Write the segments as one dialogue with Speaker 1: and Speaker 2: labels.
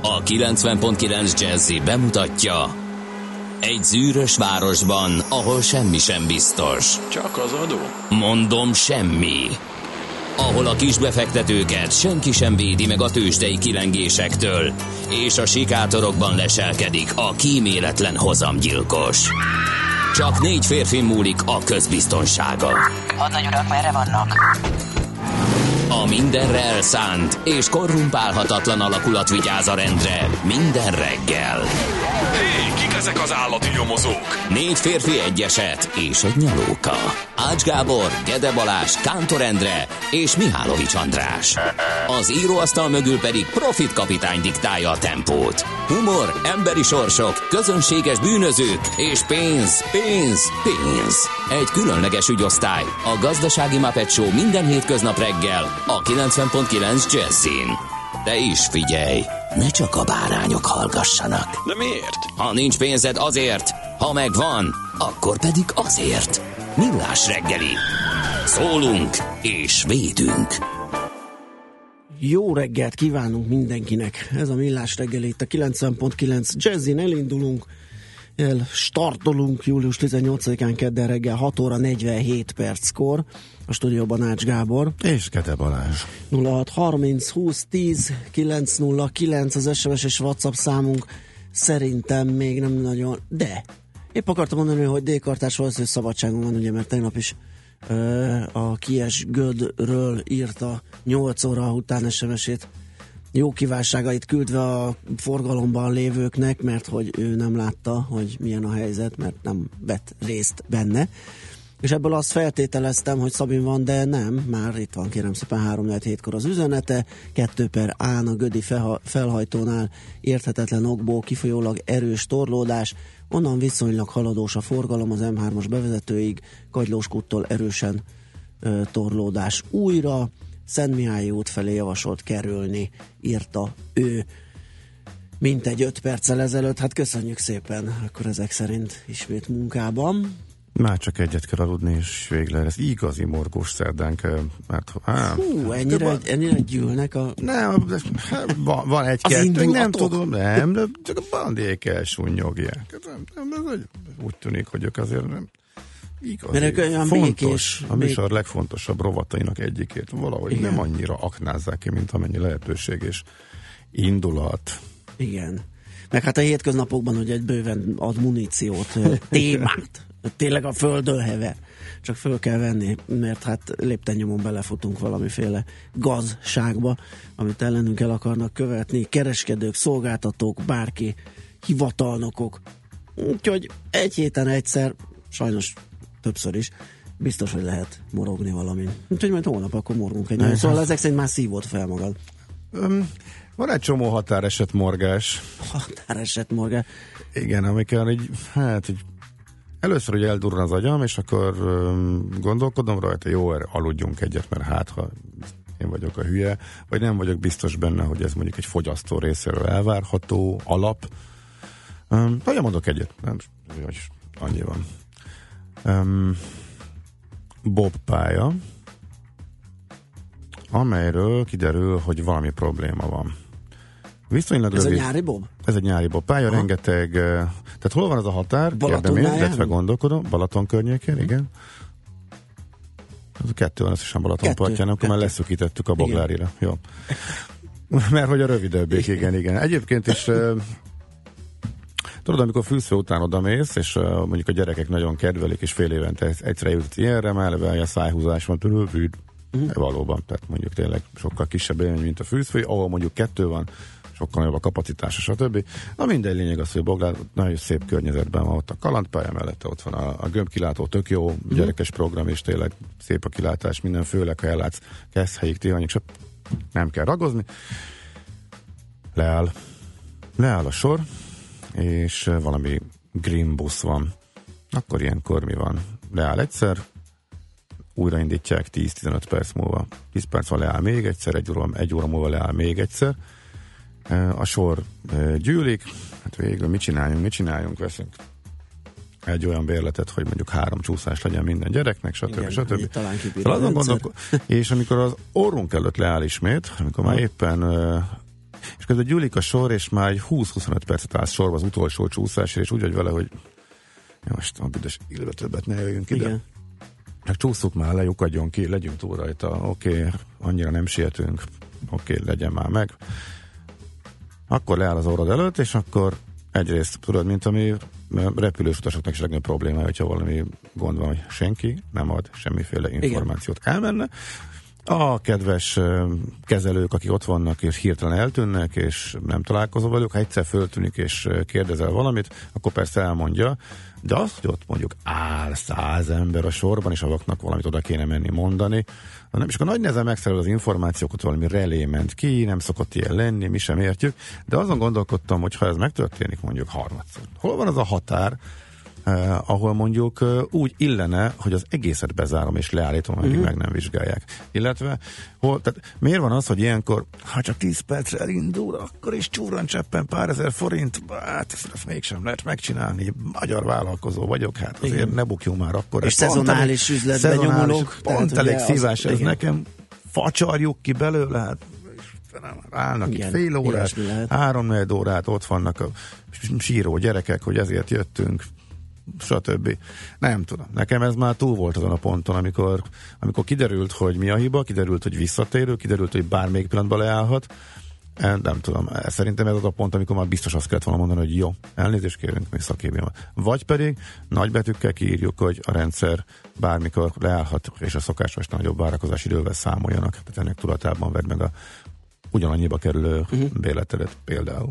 Speaker 1: A 90.9 Jazzy bemutatja: egy zűrös városban, ahol semmi sem biztos.
Speaker 2: Csak az adó?
Speaker 1: Mondom, semmi. Ahol a kisbefektetőket senki sem védi meg a tőzsdei kilengésektől, és a sikátorokban leselkedik a kíméletlen hozamgyilkos. Csak 4 férfi múlik a közbiztonsága.
Speaker 3: Hadnagy urak, merre vannak?
Speaker 1: A mindenre elszánt és korrumpálhatatlan alakulat vigyáz a rendre minden reggel.
Speaker 2: Hé, kik ezek az állati nyomozók?
Speaker 1: 4 férfi, egy eset és egy nyalóka. Ács Gábor, Gede Balázs, Kántor Endre és Mihálovics András. Az íróasztal mögül pedig Profit kapitány diktálja a tempót. Humor, emberi sorsok, közönséges bűnözők és pénz, pénz, pénz. Egy különleges ügyosztály, a Gazdasági Muppet Show minden hétköznap reggel a 90.9 Jazzyn. De is figyelj, ne csak a bárányok hallgassanak.
Speaker 2: De miért?
Speaker 1: Ha nincs pénzed, azért, ha megvan, akkor pedig azért. Millás reggeli. Szólunk és védünk.
Speaker 4: Jó reggelt kívánunk mindenkinek. Ez a Millás reggeli, itt a 90.9 Jazzyn. Elindulunk, startolunk július 18-án kedden reggel 6 óra 47 perckor. A stúdióban Ács Gábor
Speaker 5: és Gede Balázs.
Speaker 4: 0630 20 10 909 az SMS és WhatsApp számunk. Szerintem még nem nagyon, de épp akartam mondani, hogy D-kartás valószínűleg szabadságon van, ugye, mert tegnap is a Kies Gödről írta 8 óra után SMS-ét, jó kívánságait küldve a forgalomban lévőknek, mert hogy ő nem látta, hogy milyen a helyzet, mert nem vett részt benne. És ebből azt feltételeztem, hogy Szabin van, de nem, már itt van, kérem szépen, 3-7-kor az üzenete, 2 per A a Gödi felhajtónál érthetetlen okból kifolyólag erős torlódás, onnan viszonylag haladós a forgalom az M3-as bevezetőig, Kagylós kúttól erősen torlódás újra, Szentmihályi út felé javasolt kerülni, írta ő. Mintegy 5 perccel ezelőtt, hát köszönjük szépen, akkor ezek szerint ismét munkában.
Speaker 5: Már csak egyet kell aludni, és végre lesz igazi morgós szerdánk.
Speaker 4: Ennyire gyűlnek a...
Speaker 5: Nem, van egy-kettő, nem tudom, nem, csak a bandék elsúnyogják. Úgy tűnik, hogy ők azért nem igazi, fontos, a műsor legfontosabb rovatainak egyikét valahogy igen, nem annyira aknázzák ki, mint amennyi lehetőség és indulat.
Speaker 4: Igen. Meg hát a hétköznapokban, hogy egy bőven ad muníciót, témát, tényleg a földön hever. Csak föl kell venni, mert hát lépten-nyomon belefutunk valamiféle gazságba, amit ellenünk el akarnak követni, kereskedők, szolgáltatók, bárki, hivatalnokok. Úgyhogy egy héten egyszer, sajnos többször is, biztos, hogy lehet morogni valamin. Úgyhogy majd hónap akkor morgunk egy. Szóval ezek szerint már szívod fel magad.
Speaker 5: Van egy csomó határeset morgás.
Speaker 4: Határeset morgás.
Speaker 5: Igen, amikor így, így először, hogy eldurran az agyam, és akkor gondolkodom rajta, jó, aludjunk egyet, mert hát, ha én vagyok a hülye, vagy nem vagyok biztos benne, hogy ez mondjuk egy fogyasztó részéről elvárható alap. Vagy mondok egyet, nem, annyi van. Bob pálya, amelyről kiderül, hogy valami probléma van. Viszonylag
Speaker 4: ez rövid, a nyári bob?
Speaker 5: Ez egy nyári bob pálya, rengeteg, tehát hol van az a határ? Kérdem én, illetve gondolkodom, Balaton környékén, igen. Az a 2 van összesen Balaton partján, akkor már leszökítettük a Boglárira. Jó. Mert hogy a rövidebbék, igen. Egyébként is tudod, amikor fűsző után odamész, és mondjuk a gyerekek nagyon kedvelik, és fél évente egyszerre jut ilyenre, már eleve a szájhúzás van, rövid. Valóban, tehát mondjuk tényleg sokkal kisebb élmény, mint a fűzfő, ahol mondjuk 2 van, sokkal nagyobb a kapacitása, stb. Na mindegy, lényeg az, hogy Boglár nagyon szép környezetben van, ott a kalandpálya mellette, ott van a gömbkilátó, tök jó gyerekes program, és tényleg szép a kilátás, minden, főleg ha ellátsz Keszthelyig, Tihanyig, csak nem kell ragozni. Leáll a sor, és valami green busz van. Akkor ilyenkor mi van? Leáll egyszer, újraindítják 10-15 perc múlva. 10 perc van, leáll még egyszer, egy óra múlva leáll még egyszer. A sor gyűlik, hát végül mit csináljunk, veszünk egy olyan bérletet, hogy mondjuk 3 csúszás legyen minden gyereknek, stb.
Speaker 4: Talán
Speaker 5: és amikor az orrunk előtt leáll ismét, amikor már éppen és közben gyűlik a sor, és már egy 20-25 percet állsz sorba az utolsó csúszásra, és úgy vagy vele, hogy most a büdös időre többet ne jöjjünk ide.
Speaker 4: Igen.
Speaker 5: Hát csúszunk már le, lyukadjon ki, legyünk túl rajta, oké, annyira nem sietünk, oké, legyen már meg. Akkor leáll az órad előtt, és akkor egyrészt tudod, mint ami repülős utasoknak is legnagyobb problémája, hogyha valami gond van, hogy senki nem ad semmiféle információt. Igen. Elmenne. A kedves kezelők, akik ott vannak, és hirtelen eltűnnek, és nem találkozol velük, ha egyszer föltűnik, és kérdezel valamit, akkor persze elmondja, de azt, hogy ott mondjuk áll 100 ember a sorban, és avaknak valamit oda kéne menni mondani, és akkor nagy nehezen megszerez az információkat, valami relé ment ki, nem szokott ilyen lenni, mi sem értjük, de azon gondolkodtam, hogy ha ez megtörténik mondjuk harmadszor, hol van az a határ, ahol mondjuk úgy illene, hogy az egészet bezárom és leállítom, amíg meg nem vizsgálják. Illetve, tehát miért van az, hogy ilyenkor, ha csak 10 percre elindul, akkor is csúran cseppen pár ezer forint, hát ezt mégsem lehet megcsinálni, magyar vállalkozó vagyok, hát azért igen. Ne bukjunk már akkor.
Speaker 4: És szezonális üzletben nyomulok.
Speaker 5: Pont elég szívás ez nekem, facsarjuk ki belőle, hát állnak igen, itt fél órát, 3-4 órát, ott vannak a síró gyerekek, hogy ezért jöttünk, stb. Nem tudom. Nekem ez már túl volt azon a ponton, amikor kiderült, hogy mi a hiba, kiderült, hogy visszatérő, kiderült, hogy bármelyik pillanatban leállhat. Nem tudom. Szerintem ez az a pont, amikor már biztos azt kellett volna mondani, hogy jó, elnézést kérünk, mi szakébjön. Vagy pedig nagybetűkkel kiírjuk, hogy a rendszer bármikor leállhat, és a szokásos nagyobb várakozási idővel számoljanak. Tehát ennek tudatában vedd meg a ugyanannyiba kerülő bérletedet például.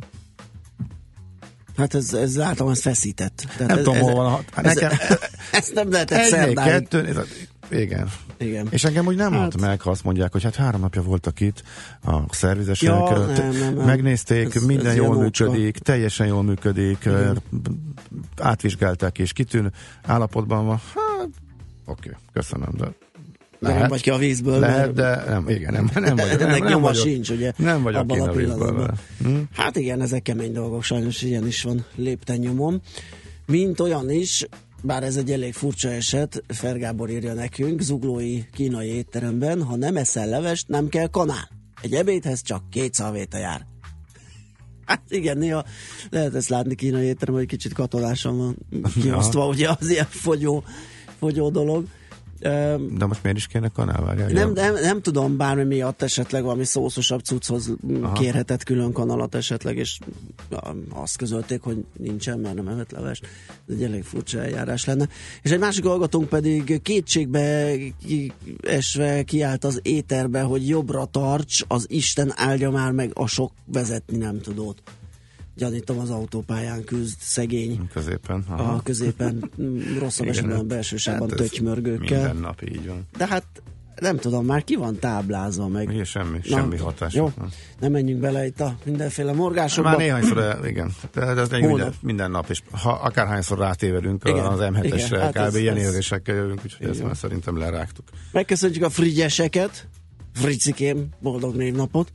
Speaker 4: Hát ez látom, ez feszített. Tehát
Speaker 5: nem tudom, hol van
Speaker 4: ezt nem lehetett szerdán.
Speaker 5: Igen. És engem úgy nem halt meg, ha azt mondják, hogy hát 3 napja voltak itt a szervizesek, nem. Megnézték, minden jól működik, teljesen jól működik, átvizsgálták és kitűnő állapotban van. Hát, oké, köszönöm, de
Speaker 4: lehet, nem vagy ki a vízből.
Speaker 5: Lehet, de nem vagyok.
Speaker 4: Nem vagyok, sincs, ugye?
Speaker 5: Nem vagyok ki a vízből.
Speaker 4: Hát igen, ezek kemény dolgok, sajnos ilyen is van lépten nyomon. Mint olyan is, bár ez egy elég furcsa eset, Fergábor írja nekünk, zuglói kínai étteremben, ha nem eszel levest, nem kell kanál. Egy ebédhez csak 2 szalvéta jár. Hát igen, néha lehet ezt látni kínai étteremben, hogy kicsit katonásan van kiosztva, ugye az ilyen fogyó dolog.
Speaker 5: De most miért is kéne kanál, várjál?
Speaker 4: Nem tudom, bármi miatt esetleg valami szószosabb cucchoz kérhetett külön kanalat esetleg, és azt közölték, hogy nincsen, mert nem evett levest. Ez egy elég furcsa eljárás lenne. És egy másik hallgatónk pedig kétségbe esve kiállt az éterbe, hogy jobbra tarts, az Isten áldja már meg a sok vezetni nem tudót. Gyanítom, az autópályán küzd szegény.
Speaker 5: Középen.
Speaker 4: A középen rosszabb esetben a belső sávban hát tötymörgőkkel.
Speaker 5: Minden nap így van.
Speaker 4: De hát nem tudom, már ki van táblázva meg.
Speaker 5: Igen, semmi hatás.
Speaker 4: Jó, nem menjünk bele itt a mindenféle morgásokba.
Speaker 5: Már néhányszor, igen. Ez minden nap, és ha akárhányszor rátévedünk az M7-esre, hát kb. Ilyen érzésekkel jövünk, úgyhogy ezt már szerintem lerágtuk.
Speaker 4: Megköszönjük a frigyeseket. Fricikém, boldog névnapot.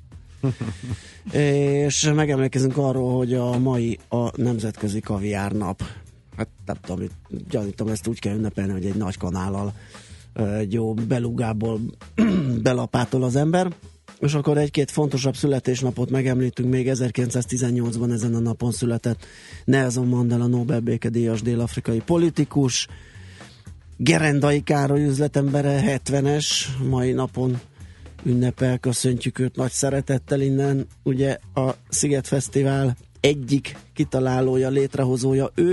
Speaker 4: És megemlékezünk arról, hogy a mai a nemzetközi kaviárnap. Hát nem tudom, gyanítom, ezt úgy kell ünnepelni, hogy egy nagy kanállal egy jó belugából belapátol az ember. És akkor egy-két fontosabb születésnapot megemlítünk. Még 1918-ban ezen a napon született Nelson Mandela Nobel-békedíjas dél-afrikai politikus, Gerendai Károly üzletembere 70-es, mai napon ünnepel, köszöntjük őt nagy szeretettel innen. Ugye a Sziget Fesztivál egyik kitalálója, létrehozója ő,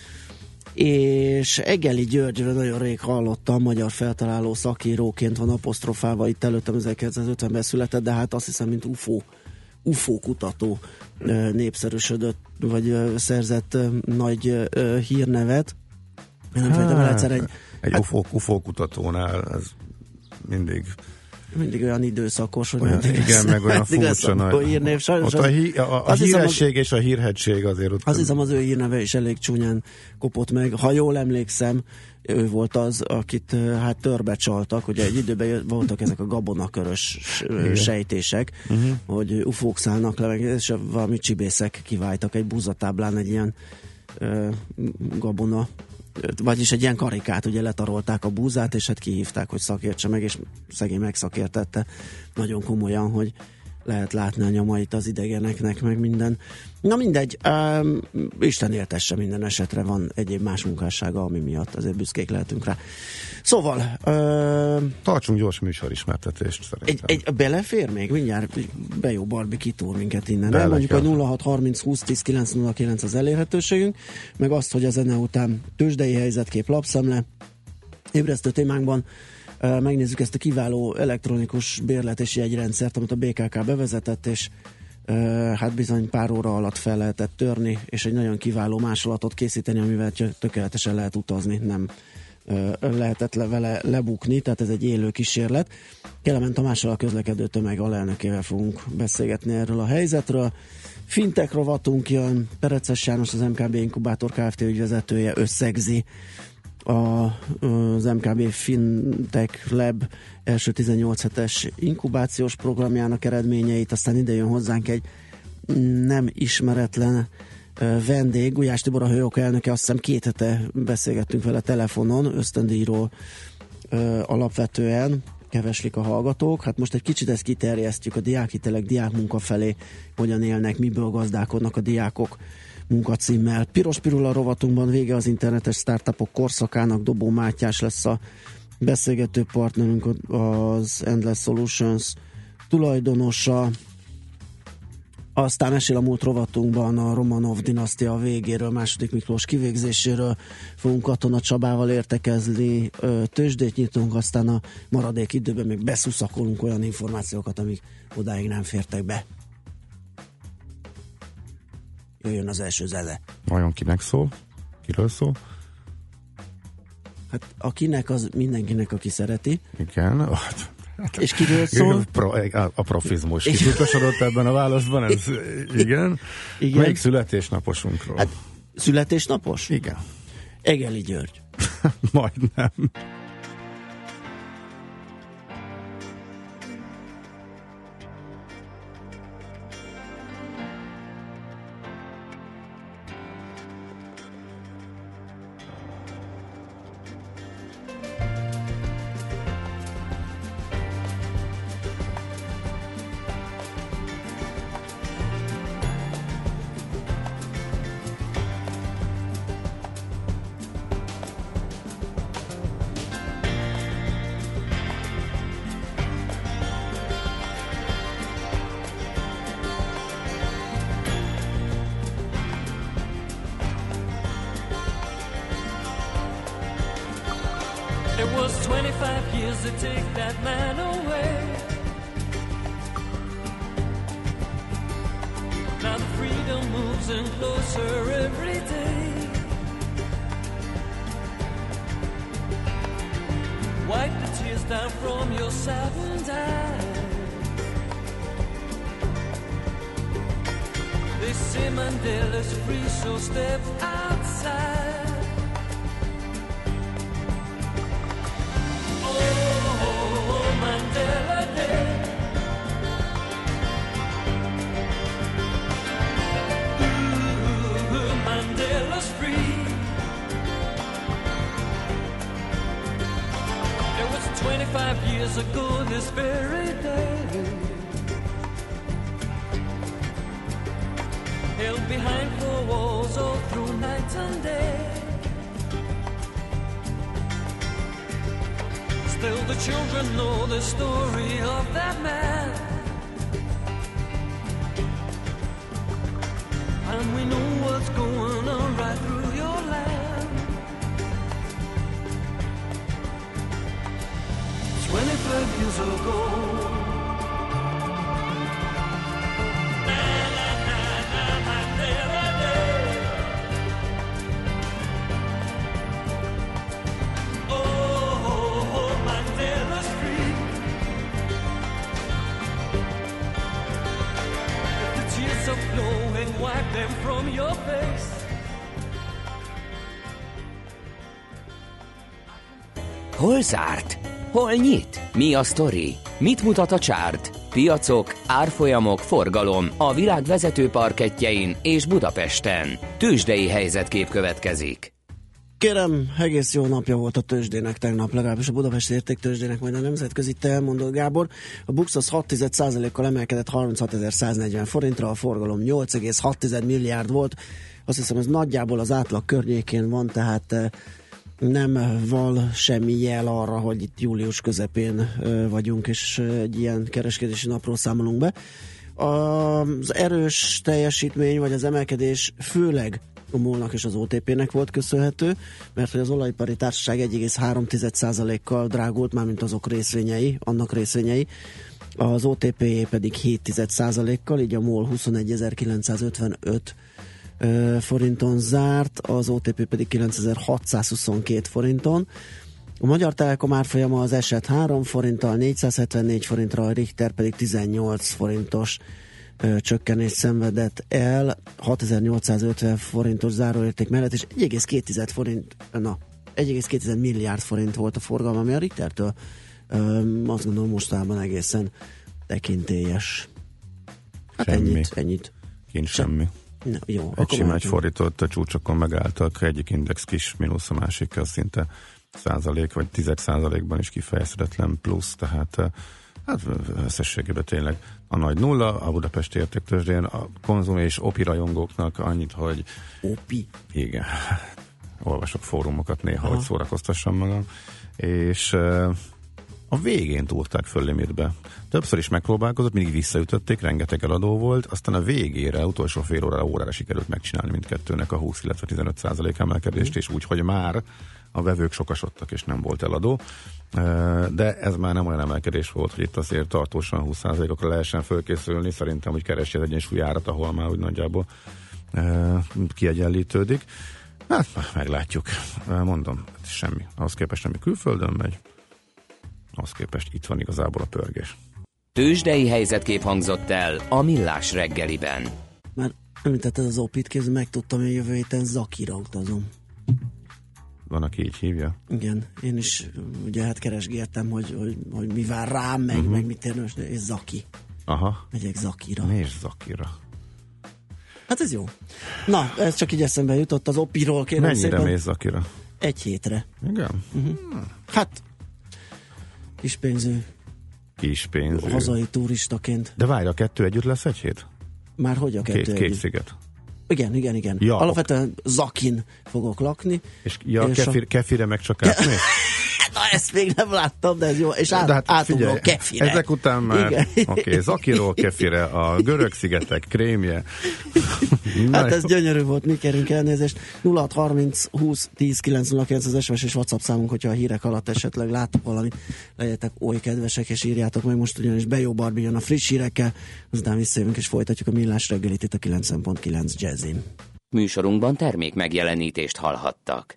Speaker 4: és Egeli Györgyről nagyon rég hallottam, magyar feltaláló szakíróként van apostrofálva, itt előttem 1950-ben született, de hát azt hiszem, mint UFO kutató népszerűsödött, vagy szerzett nagy hírnevet. Nem fejtem el egyszer
Speaker 5: egy UFO kutatónál ez mindig
Speaker 4: olyan időszakos, hogy
Speaker 5: igen, meg olyan furcsa nagy. Ott a híresség és a hírhetség azért ott.
Speaker 4: Azt hiszem, az ő hírneve is elég csúnyán kopott meg. Ha jól emlékszem, ő volt az, akit hát törbe csaltak, ugye egy időben voltak ezek a gabonakörös sejtések, hogy ufók szállnak le, és valami csibészek kiváltak egy búzatáblán egy ilyen gabona, vagyis egy ilyen karikát, ugye letarolták a búzát, és hát kihívták, hogy szakértse meg, és szegény megszakértette nagyon komolyan, hogy lehet látni a nyomait az idegeneknek, meg minden. Na mindegy, Isten éltesse, minden esetre van egyéb más munkássága, ami miatt azért büszkék lehetünk rá. Szóval...
Speaker 5: Tartsunk gyors műsorismertetést szerintem.
Speaker 4: Belefér még? Mindjárt Bejó Barbi kitúr minket innen. Nem? Mondjuk a 0630 20 10 909 az elérhetőségünk, meg azt, hogy a zene után tőzsdei helyzetkép, lapszemle, ébresztő témánkban megnézzük ezt a kiváló elektronikus bérlet és jegyrendszert, amit a BKK bevezetett, és hát bizony pár óra alatt fel lehetett törni, és egy nagyon kiváló másolatot készíteni, amivel tökéletesen lehet utazni, nem lehetett vele lebukni, tehát ez egy élő kísérlet. Kelemen Tamással, a közlekedő tömeg alelnökével fogunk beszélgetni erről a helyzetről. Fintech rovatunk jön, Pereces János, az MKB Inkubátor Kft. Ügyvezetője összegzi az MKB Fintech Lab első 18 hetes inkubációs programjának eredményeit, aztán ide jön hozzánk egy nem ismeretlen vendég, Gulyás Tibor, a Hőok elnöke, azt hiszem 2 hete beszélgettünk vele telefonon, ösztöndíjról alapvetően, keveslik a hallgatók. Hát most egy kicsit ezt kiterjesztjük a diákhitelek, diákmunka felé, hogyan élnek, miből gazdálkodnak a diákok munkacímmel. Piros Pirula rovatunkban vége az internetes startupok korszakának, Dobó Mátyás lesz a beszélgető partnerünk, az Endless Solutions tulajdonosa. Aztán mesél a múlt rovatunkban a Romanov dinasztia végéről, második Miklós kivégzéséről, fogunk Katona Csabával értekezni, tőzsdét nyitunk, aztán a maradék időben még beszuszakolunk olyan információkat, amik odáig nem fértek be. Jöjjön az első zene.
Speaker 5: Vajon kinek szól? Kiről szól?
Speaker 4: Hát akinek, az mindenkinek, aki szereti.
Speaker 5: Igen.
Speaker 4: És kiről szól?
Speaker 5: A profizmus kifutasodott ebben a válaszban, ez igen. Melyik születésnaposunkról?
Speaker 4: Hát, születésnapos?
Speaker 5: Igen.
Speaker 4: Egeli György.
Speaker 5: Majdnem.
Speaker 6: It was 25 years to take that man away. Now the freedom moves in closer every day. Wipe the tears down from your saddened eyes. They say Mandela's free, so step outside. Mandela Day. Ooh, Mandela's free. It was 25 years ago this very day. Held behind 4 walls all through night and day. Still the children know the story of that man, and we know what's going on right through your land. 25 years ago. Wipe them from your face.
Speaker 1: Hol zárt? Hol nyit? Mi a sztori? Mit mutat a csárt? Piacok, árfolyamok, forgalom a világ vezető parkettjein és Budapesten. Tőzsdei helyzetkép következik.
Speaker 4: Kérem, egész jó napja volt a tőzsdének tegnap, legalábbis a Budapesti Értéktőzsdének, majd a nemzetközi, te elmondod, Gábor. A BUX az 6,1%-kal emelkedett 36.140 forintra, a forgalom 8,6 milliárd volt. Azt hiszem, ez nagyjából az átlag környékén van, tehát nem val semmi jel arra, hogy itt július közepén vagyunk, és egy ilyen kereskedési napról számolunk be. Az erős teljesítmény, vagy az emelkedés főleg a MOL-nak és az OTP-nek volt köszönhető, mert hogy az olajipari társaság 1,3%-kal drágult, mármint azok részvényei, annak részvényei, az OTP pedig 7%-kal, így a MOL 21.955 forinton zárt, az OTP pedig 9.622 forinton. A Magyar Telekom árfolyama az esett 3 forinttal, 474 forintra, a Richter pedig 18 forintos csökkenést szenvedett el 6850 forintos záróérték mellett, és 1,2 milliárd forint volt a forgalma, ami a Richtertől azt gondolom mostában egészen tekintélyes. Hát
Speaker 5: semmi.
Speaker 4: ennyit.
Speaker 5: Kint semmi.
Speaker 4: Na, jó,
Speaker 5: egy sima egy fordított, a csúcsokon megálltak, egyik index kis mínusz, a másikkal szinte százalék, vagy 10%-ban is kifejezhetetlen plusz, tehát hát összességében tényleg a nagy nulla, a Budapesti Értéktőzsdén, a konzum és opi rajongóknak annyit, hogy
Speaker 4: opi?
Speaker 5: Igen, olvasok fórumokat néha, hogy szórakoztassam magam, és a végén túrták föl limitbe. Többször is megpróbálkozott, mindig visszaütötték, rengeteg eladó volt, aztán a végére, utolsó fél órára sikerült megcsinálni mindkettőnek a 20, illetve 15% emelkedést, és úgy, hogy már a vevők sokasodtak, és nem volt eladó. De ez már nem olyan emelkedés volt, hogy itt azért tartósan 20%-okra lehessen fölkészülni. Szerintem, hogy keresi az egyensúly árat, ahol már úgy nagyjából kiegyenlítődik. Hát meglátjuk. Mondom, semmi. Ahhoz képest, ami külföldön megy, ahhoz képest itt van igazából a pörgés.
Speaker 1: Tőzsdei helyzetkép hangzott el a Millás reggeliben.
Speaker 4: Már említetted az OP-t, képzeld, megtudtam, hogy jövő héten Zakira utazom.
Speaker 5: Van, aki így hívja?
Speaker 4: Igen, én is ugye hát keresgéltem, hogy mi vár rám, meg mit érdemes, és Zaki.
Speaker 5: Aha.
Speaker 4: Megyek Zakira.
Speaker 5: Miért Zakira?
Speaker 4: Hát ez jó. Na, ez csak így eszembe jutott az OP-ról, kérem
Speaker 5: mennyire
Speaker 4: szépen.
Speaker 5: Mennyire mész Zakira?
Speaker 4: 1 hétre.
Speaker 5: Igen?
Speaker 4: Hát, kispénzű.
Speaker 5: Kispénzű.
Speaker 4: Hazai turistaként.
Speaker 5: De várj, a 2 együtt lesz 1 hét?
Speaker 4: Már hogy a 2 együtt?
Speaker 5: Két sziget.
Speaker 4: Igen.
Speaker 5: Ja,
Speaker 4: alapvetően Zakin fogok lakni.
Speaker 5: És Kefire meg csak átmész?
Speaker 4: Na, ezt még nem láttam, de ez jó. És átugrok Kefire.
Speaker 5: Ezek után már, oké, Zakiról Kefire, a görög szigetek krémje.
Speaker 4: Hát ez gyönyörű volt, mi kérünk elnézést. 0630 20 10 909 az SMS és WhatsApp számunk, hogyha a hírek alatt esetleg láttok valamit, legyetek oly kedvesek, és írjátok meg. Most ugyanis Bejó Barbi jön a friss hírekkel, azután visszajövünk és folytatjuk a Millás reggelit itt a 90.9 Jazzin.
Speaker 1: Műsorunkban termék megjelenítést hallhattak.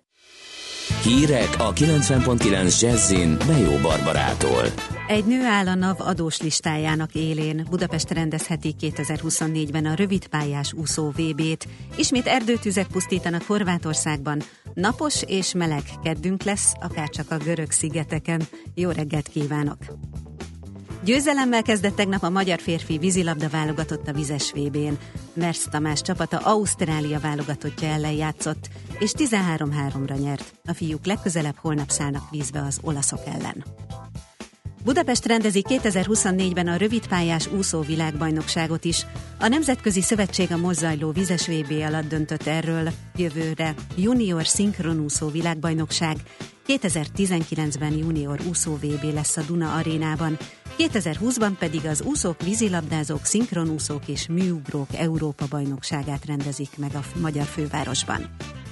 Speaker 1: Hírek a 90.9 Jazzin Bejó Barbarától.
Speaker 7: Egy nő áll a NAV adós listájának élén. Budapest rendezheti 2024-ben a rövidpályás úszó VB-t. Ismét erdőtüzek pusztítanak Horvátországban. Napos és meleg keddünk lesz, akárcsak a görög szigeteken. Jó reggelt kívánok! Győzelemmel kezdett tegnap a magyar férfi vízilabda válogatott a vizes VB-n. Mersz Tamás csapata Ausztrália válogatottja ellen játszott, és 13-3-ra nyert. A fiúk legközelebb holnap szállnak vízbe az olaszok ellen. Budapest rendezi 2024-ben a rövidpályás úszó világbajnokságot is. A Nemzetközi Szövetség a most zajló vizes VB alatt döntött erről. Jövőre junior szinkronúszó világbajnokság, 2019-ben junior úszó VB lesz a Duna arénában, 2020-ban pedig az úszók, vízilabdázók, szinkronúszók és műugrók Európa-bajnokságát rendezik meg a magyar fővárosban.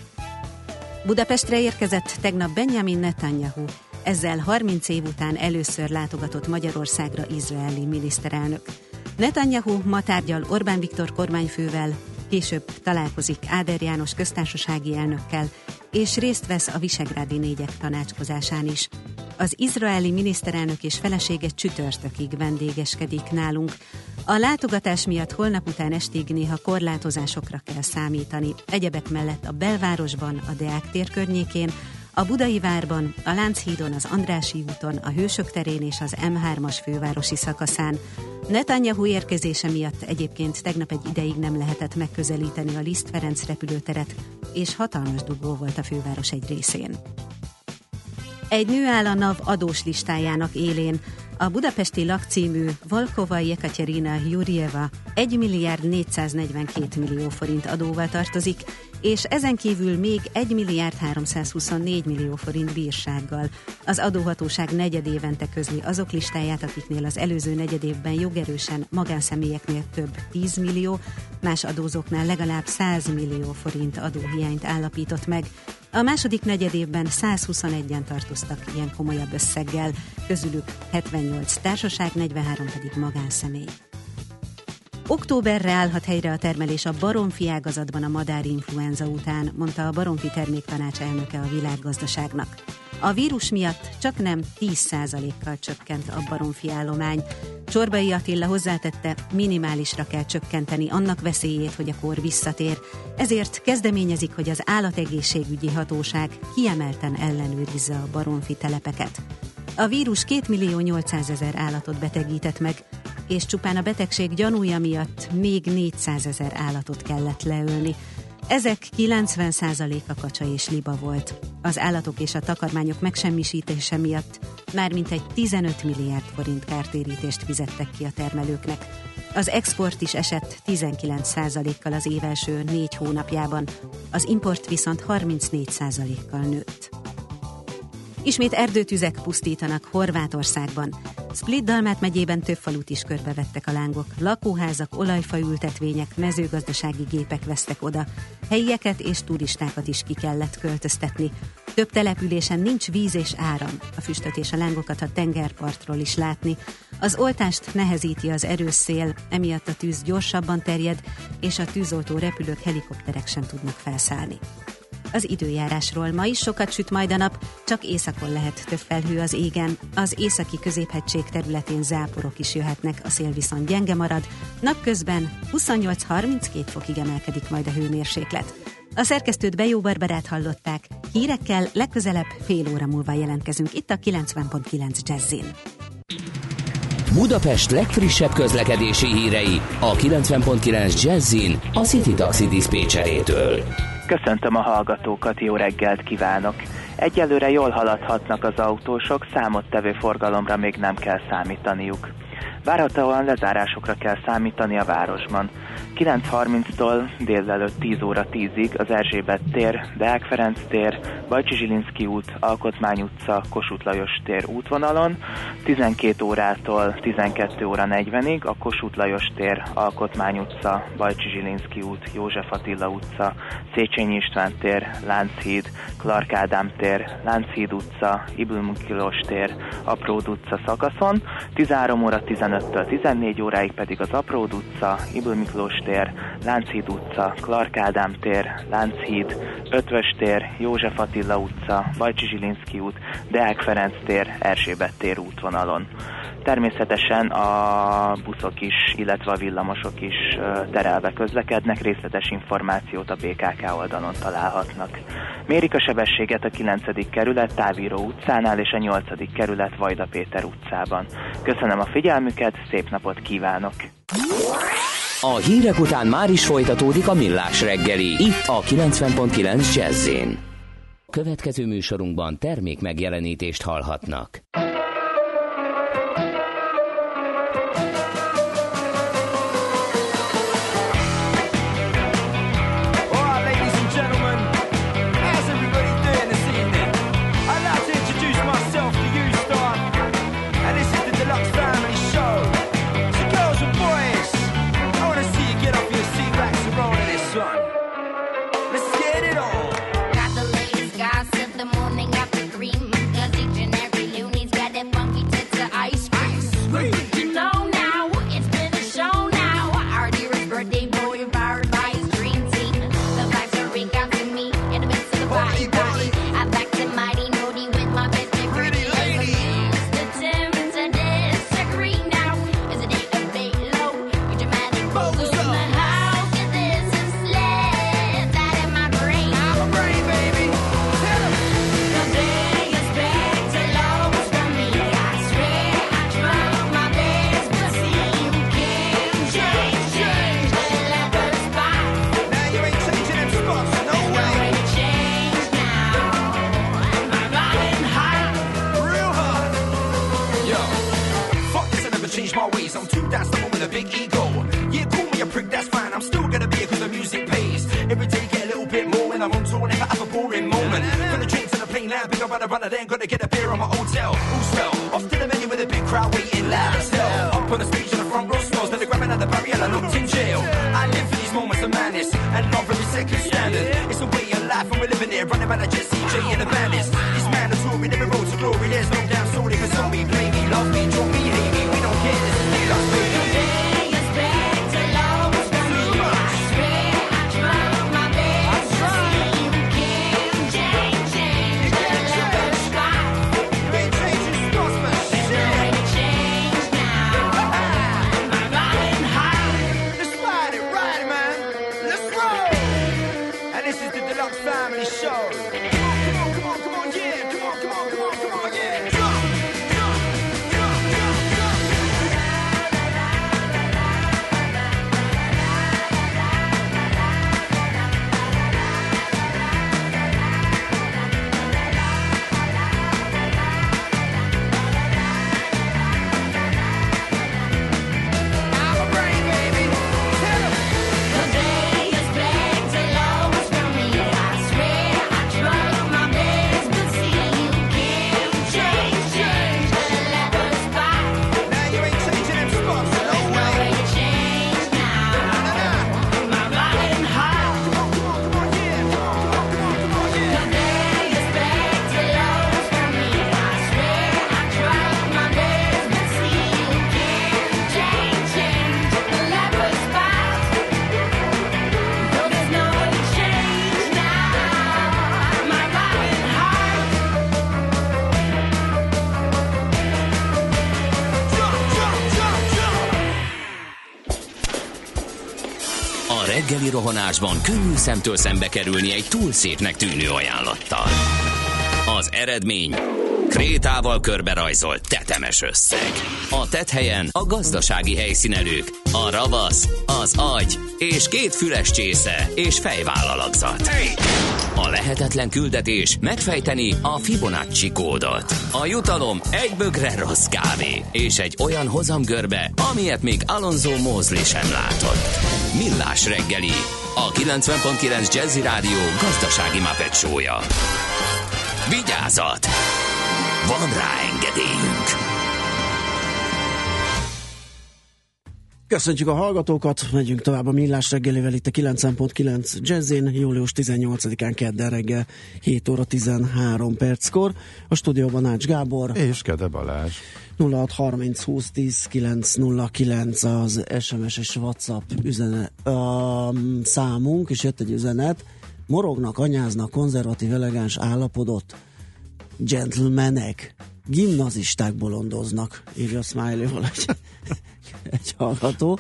Speaker 7: Budapestre érkezett tegnap Benjamin Netanyahu, ezzel 30 év után először látogatott Magyarországra izraeli miniszterelnök. Netanyahu ma tárgyal Orbán Viktor kormányfővel, később találkozik Áder János köztársasági elnökkel, és részt vesz a Visegrádi négyek tanácskozásán is. Az izraeli miniszterelnök és felesége csütörtökig vendégeskedik nálunk. A látogatás miatt holnap után estig néha korlátozásokra kell számítani. Egyebek mellett a belvárosban, a Deák tér környékén, a Budai várban, a Lánchídon, az Andrássy úton, a Hősök terén és az M3-as fővárosi szakaszán. Netanyahu érkezése miatt egyébként tegnap egy ideig nem lehetett megközelíteni a Liszt Ferenc repülőteret, és hatalmas dugó volt a főváros egy részén. Egy nő áll a NAV adós listájának élén. A budapesti lakcímű Volkova Jekaterina Jurjeva 1 milliárd 442 millió forint adóval tartozik, és ezen kívül még 1 milliárd 324 millió forint bírsággal. Az adóhatóság negyedévente közli azok listáját, akiknél az előző negyedévben jogerősen magánszemélyeknél több 10 millió, más adózóknál legalább 100 millió forint adóhiányt állapított meg. A második negyedévben 121-en tartoztak ilyen komolyabb összeggel, közülük 78 társaság, 43 pedig magánszemély. Októberre állhat helyre a termelés a baromfi ágazatban a madárinfluenza után, mondta a Baromfi Terméktanács elnöke a Világgazdaságnak. A vírus miatt csaknem 10%-kal csökkent a baromfi állomány. Csorbai Attila hozzátette, minimálisra kell csökkenteni annak veszélyét, hogy a kór visszatér, ezért kezdeményezik, hogy az állategészségügyi hatóság kiemelten ellenőrizze a baromfi telepeket. A vírus 2 800 000 állatot betegített meg, és csupán a betegség gyanúja miatt még 400 000 állatot kellett leölni. Ezek 90%-a kacsa és liba volt. Az állatok és a takarmányok megsemmisítése miatt már mintegy 15 milliárd forint kártérítést fizettek ki a termelőknek. Az export is esett 19%-kal az év első 4 hónapjában, az import viszont 34%-kal nőtt. Ismét erdőtüzek pusztítanak Horvátországban. Split-Dalmát megyében több falut is körbevettek a lángok. Lakóházak, olajfaültetvények, mezőgazdasági gépek vesztek oda. Helyieket és turistákat is ki kellett költöztetni. Több településen nincs víz és áram. A füstöt és a lángokat a tengerpartról is látni. Az oltást nehezíti az erős szél, emiatt a tűz gyorsabban terjed, és a tűzoltó repülők, helikopterek sem tudnak felszállni. Az időjárásról: ma is sokat süt majd a nap, csak északon lehet több felhő az égen. Az északi középhegység területén záporok is jöhetnek, a szél viszont gyenge marad. Napközben 28-32 fokig emelkedik majd a hőmérséklet. A szerkesztőt Bejó Barbarát hallották. Hírekkel legközelebb fél óra múlva jelentkezünk itt a 90.9 Jazzin.
Speaker 1: Budapest legfrissebb közlekedési hírei a 90.9 Jazzin a City Taxi diszpécserétől.
Speaker 8: Köszöntöm a hallgatókat, jó reggelt kívánok! Egyelőre jól haladhatnak az autósok, számottevő forgalomra még nem kell számítaniuk. Várhatóan lezárásokra kell számítani a városban. 9:30-tól délelőtt 10 óra 10-ig az Erzsébet tér, Deák Ferenc tér, Bajcsi Zsilinszky út, Alkotmány utca, Kossuth Lajos tér útvonalon, 12 órától 12 óra 40-ig a Kossuth Lajos tér, Alkotmány utca, Bajcsi Zsilinszky út, József Attila utca, Széchenyi István tér, Lánchíd, Clark Ádám tér, Lánchíd utca, Ybl Miklós tér, Apród utca szakaszon, 13 óra 15-től 14 óráig pedig az Apród utca, Ybl Miklós tér, Lánchíd utca, Clark Ádám tér, Lánchíd, Ötvös tér, József Attila utca, Bajcsi Zsilinszky út, Deák Ferenc tér, Erzsébet tér útvonalon. Természetesen a buszok is, illetve a villamosok is terelve közlekednek, részletes információt a BKK oldalon találhatnak. Mérik a sebességet a 9. kerület Távíró utcánál és a 8. kerület Vajda Péter utcában. Köszönöm a figyelmüket, szép napot kívánok!
Speaker 1: A hírek után már is folytatódik a Millás reggeli, itt a 90.9 Jazz-én. Következő műsorunkban termék megjelenítést hallhatnak.
Speaker 9: Got the latest gossip, the morning after cream. 'Cause each and every loony's got boring moment. Gonna drink to the plane now, pick up on the runner, then gonna get a beer on my hotel. All swell, off to the menu with a big crowd waiting loud as hell. Up on the stage on the front row smells, then they're grabbing at the barrier, I looked in jail. I live for these moments of madness, and not for the second standard. It's a way of life, and we're living it, running by the Jet CJ and the bandits. This man is who we never road to glory, there's no damn story, cause on me, play me, love me, drop me, hate me, we don't care, this is New York, baby.
Speaker 1: Reggeli rohanásban könnyű szemtől szembe kerülni egy túl szépnek tűnő ajánlattal. Az eredmény krétával körberajzolt tetemes összeg. A tetthelyen a gazdasági helyszínelők, a ravasz, az agy és 2 füles csésze és fejvállalakzat. A lehetetlen küldetés megfejteni a Fibonacci kódot. A jutalom egy bögre rossz kávé és egy olyan hozamgörbe, amilyet még Alonso Mosley sem látott. Millás reggeli, a 90.9 Jazzy Rádió gazdasági Muppet show-ja. Vigyázat! Van rá engedélyünk!
Speaker 4: Köszöntjük a hallgatókat, megyünk tovább a Millás reggelivel itt a 90.9 Jazzin, július 18-án kedden reggel 7 óra 13 perckor. A stúdióban Ács Gábor
Speaker 5: és Kede Balázs.
Speaker 4: 0630 20 10 909 az SMS és WhatsApp számunk, és jött egy üzenet. Morognak, anyáznak, konzervatív, elegáns, állapodott gentlemanek, gimnazisták bolondoznak, írja Smiley-val egy hallgató.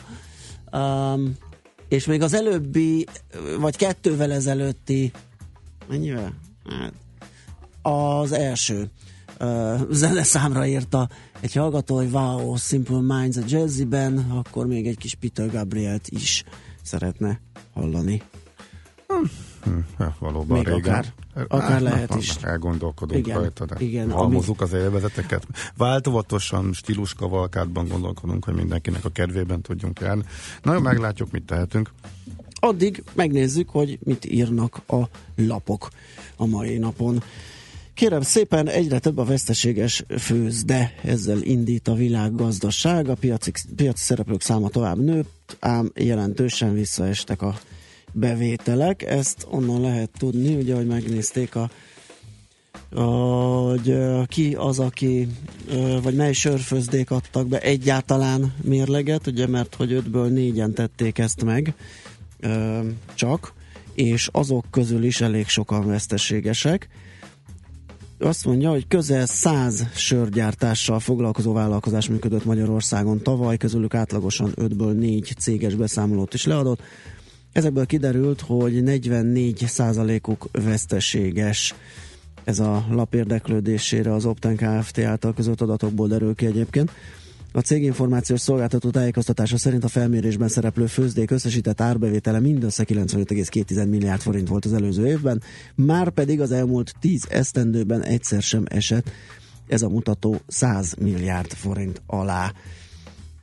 Speaker 4: És még az előbbi, vagy 2-vel ezelőtti, mennyivel? Hát, az első zeneszámra írta egy hallgató, hogy wow, Simple Minds a Jazzy-ben, akkor még egy kis Peter Gabrielt is szeretne hallani.
Speaker 5: Ja, valóban
Speaker 4: még
Speaker 5: régen.
Speaker 4: Akár lehet is.
Speaker 5: Elgondolkodunk rajta, de
Speaker 4: igen,
Speaker 5: halmozzuk az élvezeteket. Változatosan, stíluskavalkádban gondolkodunk, hogy mindenkinek a kedvében tudjunk járni. Nagyon meglátjuk, mit tehetünk.
Speaker 4: Addig megnézzük, hogy mit írnak a lapok a mai napon. Kérem szépen, egyre több a veszteséges főzde, ezzel indít a világgazdaság, a piaci szereplők száma tovább nőtt, ám jelentősen visszaestek a bevételek. Ezt onnan lehet tudni, ugye, hogy megnézték hogy ki az, aki, vagy mely sörfőzdék adtak be egyáltalán mérleget, ugye, mert hogy 5-ből 4-en tették ezt meg, csak, és azok közül is elég sokan veszteségesek. Azt mondja, hogy közel 100 sörgyártással foglalkozó vállalkozás működött Magyarországon tavaly, közülük átlagosan 5-ből 4 céges beszámolót is leadott. Ezekből kiderült, hogy 44%-uk veszteséges. Ez a lap érdeklődésére az Opten Kft. Által között adatokból derül ki egyébként. A cég információs szolgáltató tájékoztatása szerint a felmérésben szereplő főzdék összesített árbevétele mindössze 95,2 milliárd forint volt az előző évben, már pedig az elmúlt 10 esztendőben egyszer sem esett ez a mutató 100 milliárd forint alá.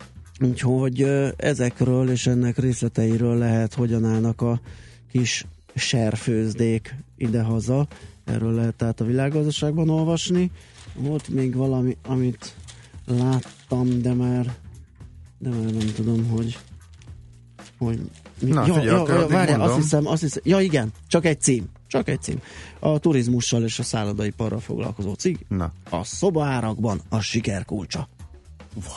Speaker 4: Úgyhogy ezekről és ennek részleteiről lehet, hogyan állnak a kis serfőzdék idehaza. Erről lehet tehát a Világgazdaságban olvasni. Volt még valami, amit láttam, de már nem tudom, hogy
Speaker 5: Na,
Speaker 4: várjál, azt hiszem, ja igen, csak egy cím. A turizmussal és a szállodaiparral foglalkozó cikk.
Speaker 5: Na.
Speaker 4: A szobaárakban a siker kulcsa.
Speaker 5: Wow.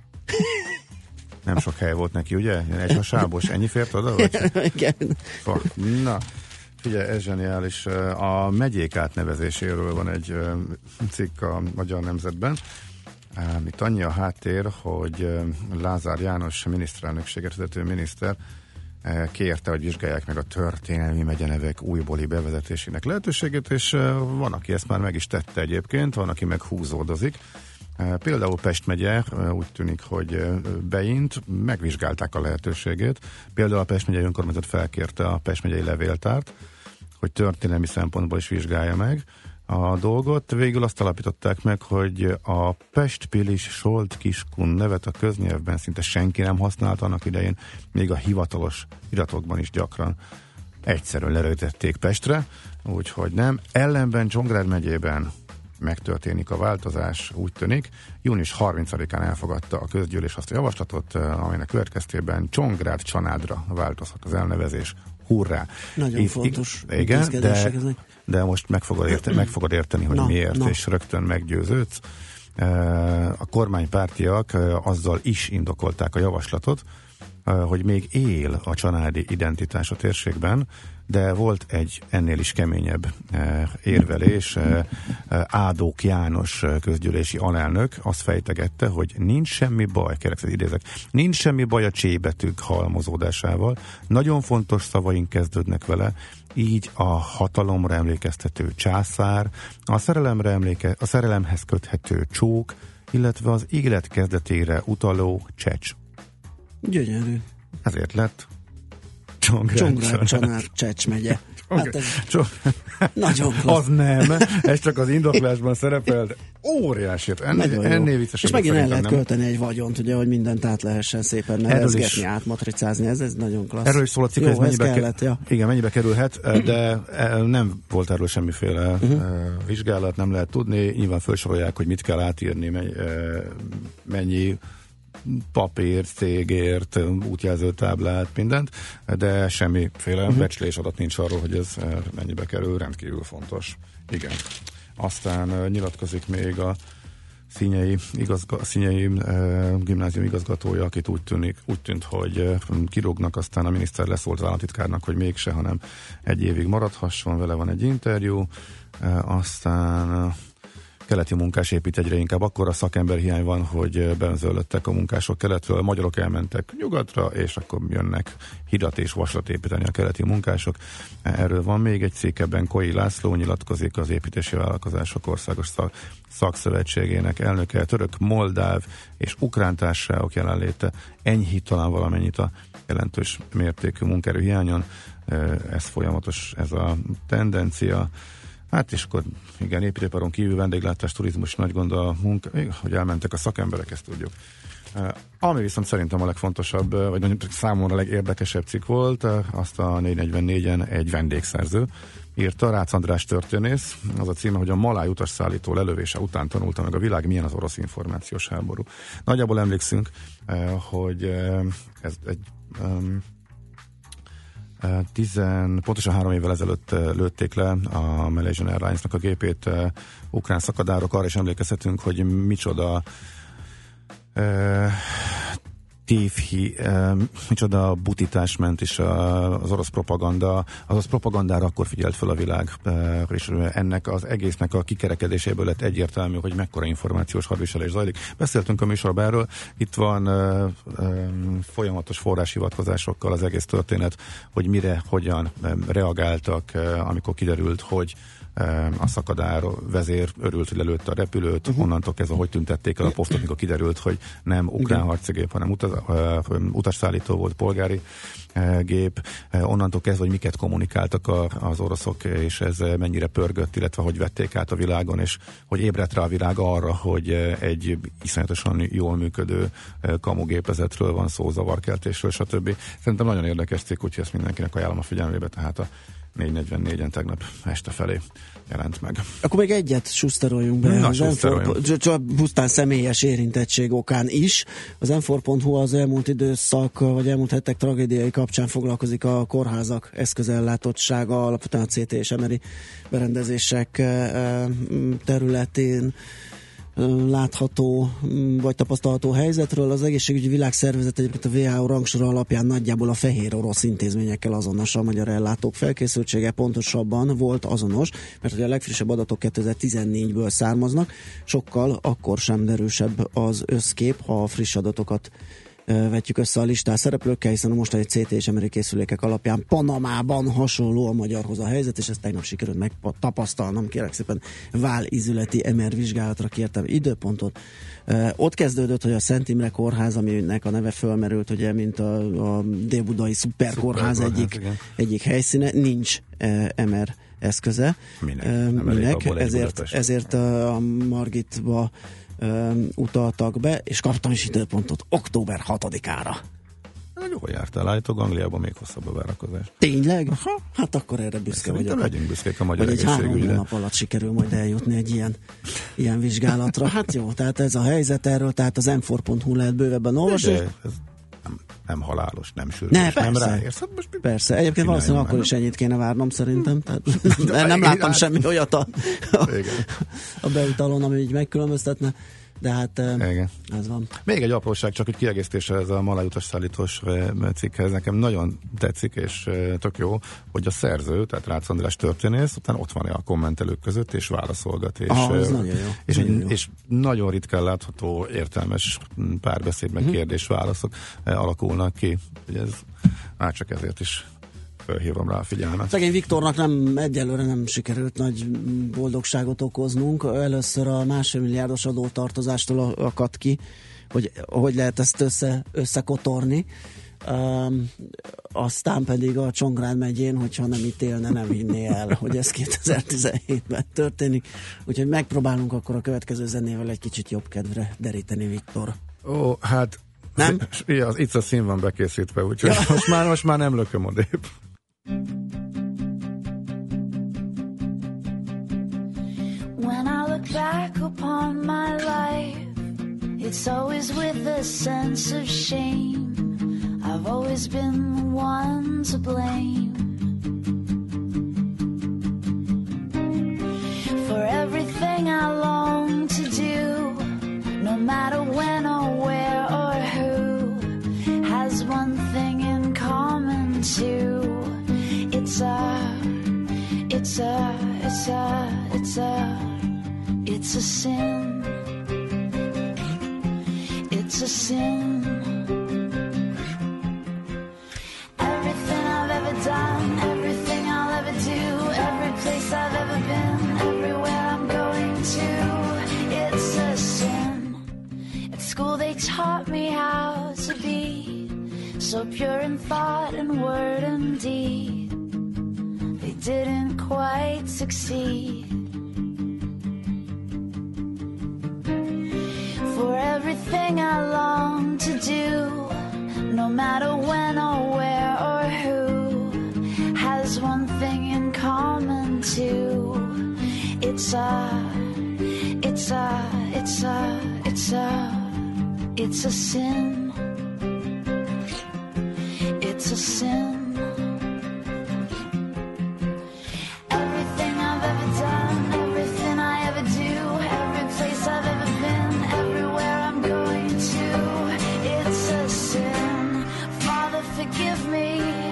Speaker 5: Nem sok hely volt neki, ugye? Egy hasábos, ennyi fért oda?
Speaker 4: Igen.
Speaker 5: Na, figyelj, ez zseniális. A megyék átnevezéséről van egy cikk a Magyar Nemzetben. Itt annyi a háttér, hogy Lázár János miniszterelnökséget vezető miniszter kérte, hogy vizsgálják meg a történelmi megyenevek újbóli bevezetésének lehetőségét, és van, aki ezt már meg is tette egyébként, van, aki meg húzódozik. Például Pest megye úgy tűnik, hogy beint, megvizsgálták a lehetőségét. Például a Pest megyei önkormányzat felkérte a Pest megyei levéltárt, hogy történelmi szempontból is vizsgálja meg a dolgot. Végül azt alapították meg, hogy a Pest-Pilis-Solt-Kiskun nevet a köznyelvben szinte senki nem használt annak idején, még a hivatalos iratokban is gyakran egyszerűen lerögzítették Pestre, úgyhogy nem. Ellenben Csongrád megyében megtörténik a változás, úgy tűnik. Június 30-án elfogadta a közgyűlés azt a javaslatot, amelynek következtében Csongrád Csanádra változhat az elnevezés. Hurrá!
Speaker 4: Nagyon fontos.
Speaker 5: Igen, de most meg fogod érteni, hogy miért, és rögtön meggyőződsz. A kormánypártiak azzal is indokolták a javaslatot, hogy még él a csanádi identitás a térségben, de volt egy ennél is keményebb érvelés. Ádók János közgyűlési alelnök azt fejtegette, hogy nincs semmi baj, kérlek, idézek, nincs semmi baj a csébetűk halmozódásával, nagyon fontos szavaink kezdődnek vele, így a hatalomra emlékeztető császár, a szerelemhez köthető csók, illetve az élet kezdetére utaló csecs.
Speaker 4: Gyönyörű.
Speaker 5: Ezért lett
Speaker 4: Csongrád Csanád Csecs megye. Hát nagyon klassz.
Speaker 5: Az nem, ez csak az indoklásban szerepel, de óriási. Ennél vicces.
Speaker 4: És megint el lehet költeni egy vagyont, ugye, hogy mindent át lehessen szépen nevezgetni, átmatricázni, ez nagyon klassz.
Speaker 5: Erről is szól a cikk, hogy mennyibe kerülhet, de nem volt erről semmiféle vizsgálat, nem lehet tudni, nyilván felsorolják, hogy mit kell átírni, mennyi papír, cégért, útjelzőtáblát, mindent, de semmiféle becslés adat nincs arról, hogy ez mennyibe kerül, rendkívül fontos. Igen. Aztán nyilatkozik még a Színyei gimnázium igazgatója, akit úgy tűnt, hogy kirúgnak, aztán a miniszter leszólt az államtitkárnak, hogy mégse, hanem egy évig maradhasson, vele van egy interjú, aztán keleti munkás épít egyre inkább, akkor a szakemberhiány van, hogy benzöllöttek a munkások keletről, a magyarok elmentek nyugatra, és akkor jönnek hidat és vasat építeni a keleti munkások. Erről van még egy cikk, ebben Koi László nyilatkozik, az építési vállalkozások országos szakszövetségének elnöke, török, moldáv és ukrán társaságok jelenléte enyhít talán valamennyit a jelentős mértékű munkaerőhiányon. Ez folyamatos, ez a tendencia. Hát és akkor igen, építőiparon kívül vendéglátás, turizmus, nagy gond a munka, hogy elmentek a szakemberek, ezt tudjuk. Ami viszont szerintem a legfontosabb, vagy számomra a legérdekesebb cikk volt, azt a 444-en egy vendégszerző írta, Rácz András történész, az a címe, hogy a maláj utasszállító lelövése után tanulta meg a világ, milyen az orosz információs háború. Nagyjából emlékszünk, hogy ez egy pontosan 3 évvel ezelőtt lőtték le a Malaysian Airlines-nak a gépét ukrán szakadárok, arra is emlékezhetünk, hogy micsoda micsoda butítás ment is az orosz propaganda. Az orosz propagandára akkor figyelt fel a világ, és ennek az egésznek a kikerekedéséből lett egyértelmű, hogy mekkora információs hadviselés zajlik. Beszéltünk a műsorban erről, itt van folyamatos forráshivatkozásokkal az egész történet, hogy mire, hogyan reagáltak, amikor kiderült, hogy a szakadár vezér örült, hogy lelőtte a repülőt, onnantól kezdve, hogy tüntették el a posztot, mikor kiderült, hogy nem ukrán harcigép, hanem utasszállító volt, polgári gép, onnantól kezdve, hogy miket kommunikáltak az oroszok, és ez mennyire pörgött, illetve hogy vették át a világon, és hogy ébredt rá a világ arra, hogy egy iszonyatosan jól működő kamugépezetről van szó, zavarkeltésről, stb. Szerintem nagyon érdekes cikk, úgyhogy ezt mindenkinek ajánlom a figyelmébe, tehát a 4:44-en tegnap este felé jelent meg.
Speaker 4: Akkor még egyet suszteroljunk be.
Speaker 5: Na,
Speaker 4: csak pusztán személyes érintettség okán is. Az m4.hu az elmúlt időszak, vagy elmúlt hetek tragédiai kapcsán foglalkozik a kórházak eszközellátottsága, alapvetően a CT és MRI berendezések területén látható vagy tapasztalható helyzetről. Az Egészségügyi Világszervezet egyébként a WHO rangsora alapján nagyjából a fehér orosz intézményekkel azonos a magyar ellátók felkészültsége, pontosabban volt azonos, mert ugye a legfrissebb adatok 2014-ből származnak, sokkal akkor sem derűsebb az összkép, ha a friss adatokat vetjük össze a listás szereplőkkel, hiszen a mostani CT és MRI készülékek alapján Panamában hasonló a magyarhoz a helyzet, és ezt tegnap sikerült megtapasztalnom, kérek szépen válizületi MR vizsgálatra kértem időpontot. Ott kezdődött, hogy a Szent Imre Kórház, aminek a neve fölmerült, ugye, mint a Dél-Budai Szuperkórház egyik helyszíne, nincs MR eszköze. Minek? Ezért a Margitba utaltak be, és kaptam is időpontot október 6-ára.
Speaker 5: Jól jártál, állítólag Angliában még hosszabb a várakozás.
Speaker 4: Tényleg? Aha. Hát akkor erre büszke vagyok.
Speaker 5: Legyünk büszkék a magyar
Speaker 4: egészségügyre. Vagy egy 3 hónap alatt sikerül majd eljutni egy ilyen vizsgálatra. Hát jó, tehát ez a helyzet erről, tehát az m4.hu lehet bővebben olvasni.
Speaker 5: Nem halálos, nem sürgős, nem ráérsz. Hát
Speaker 4: persze, egyébként valószínűleg akkor is ennyit kéne várnom szerintem, tehát nem láttam semmi olyat a beutalón, ami így megkülönböztetne, de hát ez van.
Speaker 5: Még egy apróság, csak egy kiegészítésre ez a Maláj utasszállítós cikkhez, nekem nagyon tetszik, és tök jó, hogy a szerző, tehát Rácz András történész, utána ott van a kommentelők között, és válaszolgat. És,
Speaker 4: ez nagyon jó.
Speaker 5: És nagyon ritkán látható értelmes párbeszédben kérdés-válaszok alakulnak ki. Ugye ez már csak ezért is felhívom rá a figyelmet.
Speaker 4: Szegény Viktornak egyelőre nem sikerült nagy boldogságot okoznunk. Először a 1,5 milliárdos adótartozástól akadt ki, hogy lehet ezt összekotorni. Aztán pedig a Csongrád megyén, hogyha nem ítélne, nem hinné el, hogy ez 2017-ben történik. Úgyhogy megpróbálunk akkor a következő zenével egy kicsit jobb kedvre deríteni, Viktor.
Speaker 5: Ó, hát
Speaker 4: nem?
Speaker 5: Itt a szín van bekészítve, úgyhogy most már nem lököm odébb.
Speaker 10: When I look back upon my life, it's always with a sense of shame. I've always been the one to blame for everything I long to do, no matter when or where or who has one thing in common too. It's a sin. It's a sin. Everything I've ever done, everything I'll ever do, every place I've ever been, everywhere I'm going to, it's a sin. At school they taught me how to be so pure in thought and word and deed. They didn't quite succeed. For everything I long to do, no matter when or where or who, has one thing in common too. It's a sin. It's a sin. Everything I've ever done, everything I ever do, every place I've ever been, everywhere I'm going to, it's a sin. Father, forgive me.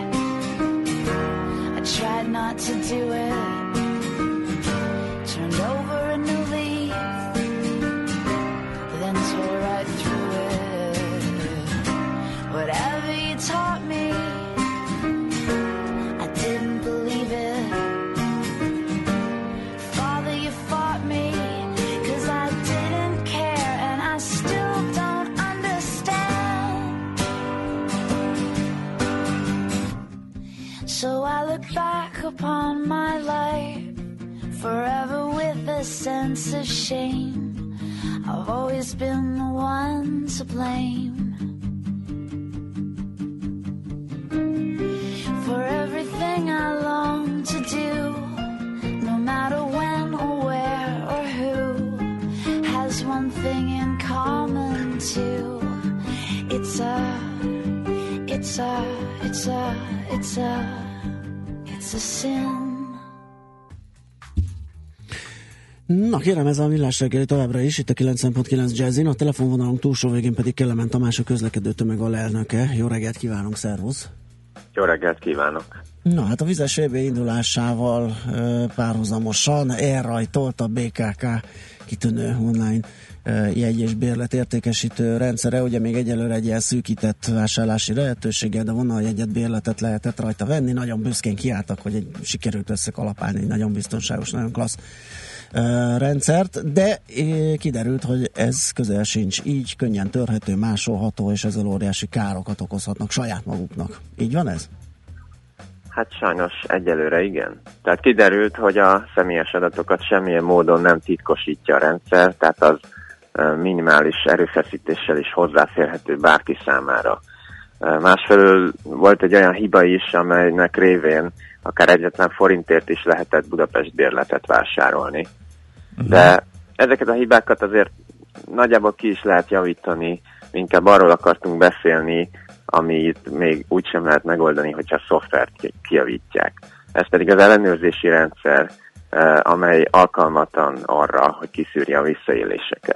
Speaker 10: I tried not to do it. Turned over a new leaf, then tore right through it. Whatever you taught me, I didn't believe it. Father, you fought me, 'cause I didn't care, and I still don't understand. So I look back upon my life, forever with a sense of shame. I've always been the one to blame for everything I long to it's a sin.
Speaker 4: Na kérem, ez a Millás reggeli továbbra is, itt a 90.9 Jazzin, a telefonvonalunk túlsó végén pedig Kelemen Tamás, a közlekedő tömeg alelnöke. Jó reggelt kívánunk, szervusz!
Speaker 11: Jó reggelt kívánok!
Speaker 4: Na hát a vizes VB indulásával párhuzamosan elrajtolt a BKK kitűnő online jegy- és bérlet értékesítő rendszere, ugye még egyelőre egy ilyen szűkített vásárlási lehetőséggel, de vonaljegyet, bérletet lehetett rajta venni, nagyon büszkén kiálltak, hogy sikerült összekalapálni egy nagyon biztonságos, nagyon klassz rendszert, de kiderült, hogy ez közel sincs így, könnyen törhető, másolható, és ezzel óriási károkat okozhatnak saját maguknak. Így van ez?
Speaker 11: Hát sajnos egyelőre igen. Tehát kiderült, hogy a személyes adatokat semmilyen módon nem titkosítja a rendszer, tehát az minimális erőfeszítéssel is hozzáférhető bárki számára. Másfelől volt egy olyan hiba is, amelynek révén akár egyetlen forintért is lehetett Budapest bérletet vásárolni. De ezeket a hibákat azért nagyjából ki is lehet javítani, inkább arról akartunk beszélni, amit még úgysem lehet megoldani, hogyha a szoftvert kijavítják. Ez pedig az ellenőrzési rendszer, amely alkalmatlan arra, hogy kiszűrje a visszaéléseket.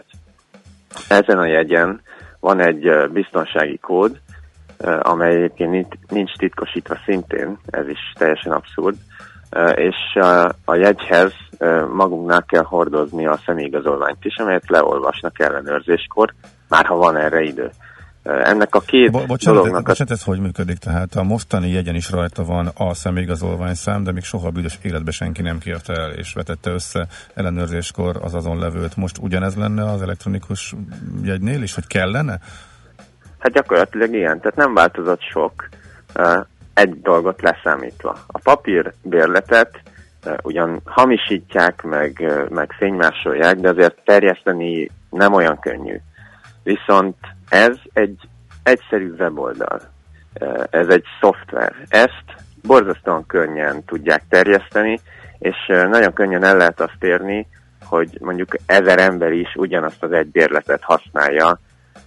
Speaker 11: Ezen a jegyen van egy biztonsági kód, amely egyébként nincs titkosítva szintén, ez is teljesen abszurd, és a jegyhez magunknál kell hordozni a személyigazolványt is, amelyet leolvasnak ellenőrzéskor, már ha van erre idő. Ennek a két dolognak...
Speaker 12: Bocsánat, ez hogy működik? Tehát a mostani jegyen is rajta van a személyigazolványszám, de még soha büdös életben senki nem kérte el, és vetette össze ellenőrzéskor az azon levőt. Most ugyanez lenne az elektronikus jegynél is, hogy kellene?
Speaker 11: Hát gyakorlatilag igen, tehát nem változott sok, egy dolgot leszámítva. A papírbérletet ugyan hamisítják, meg fénymásolják, de azért terjeszteni nem olyan könnyű. Viszont ez egy egyszerű weboldal, ez egy szoftver. Ezt borzasztóan könnyen tudják terjeszteni, és nagyon könnyen el lehet azt érni, hogy mondjuk 1000 ember is ugyanazt az egy bérletet használja,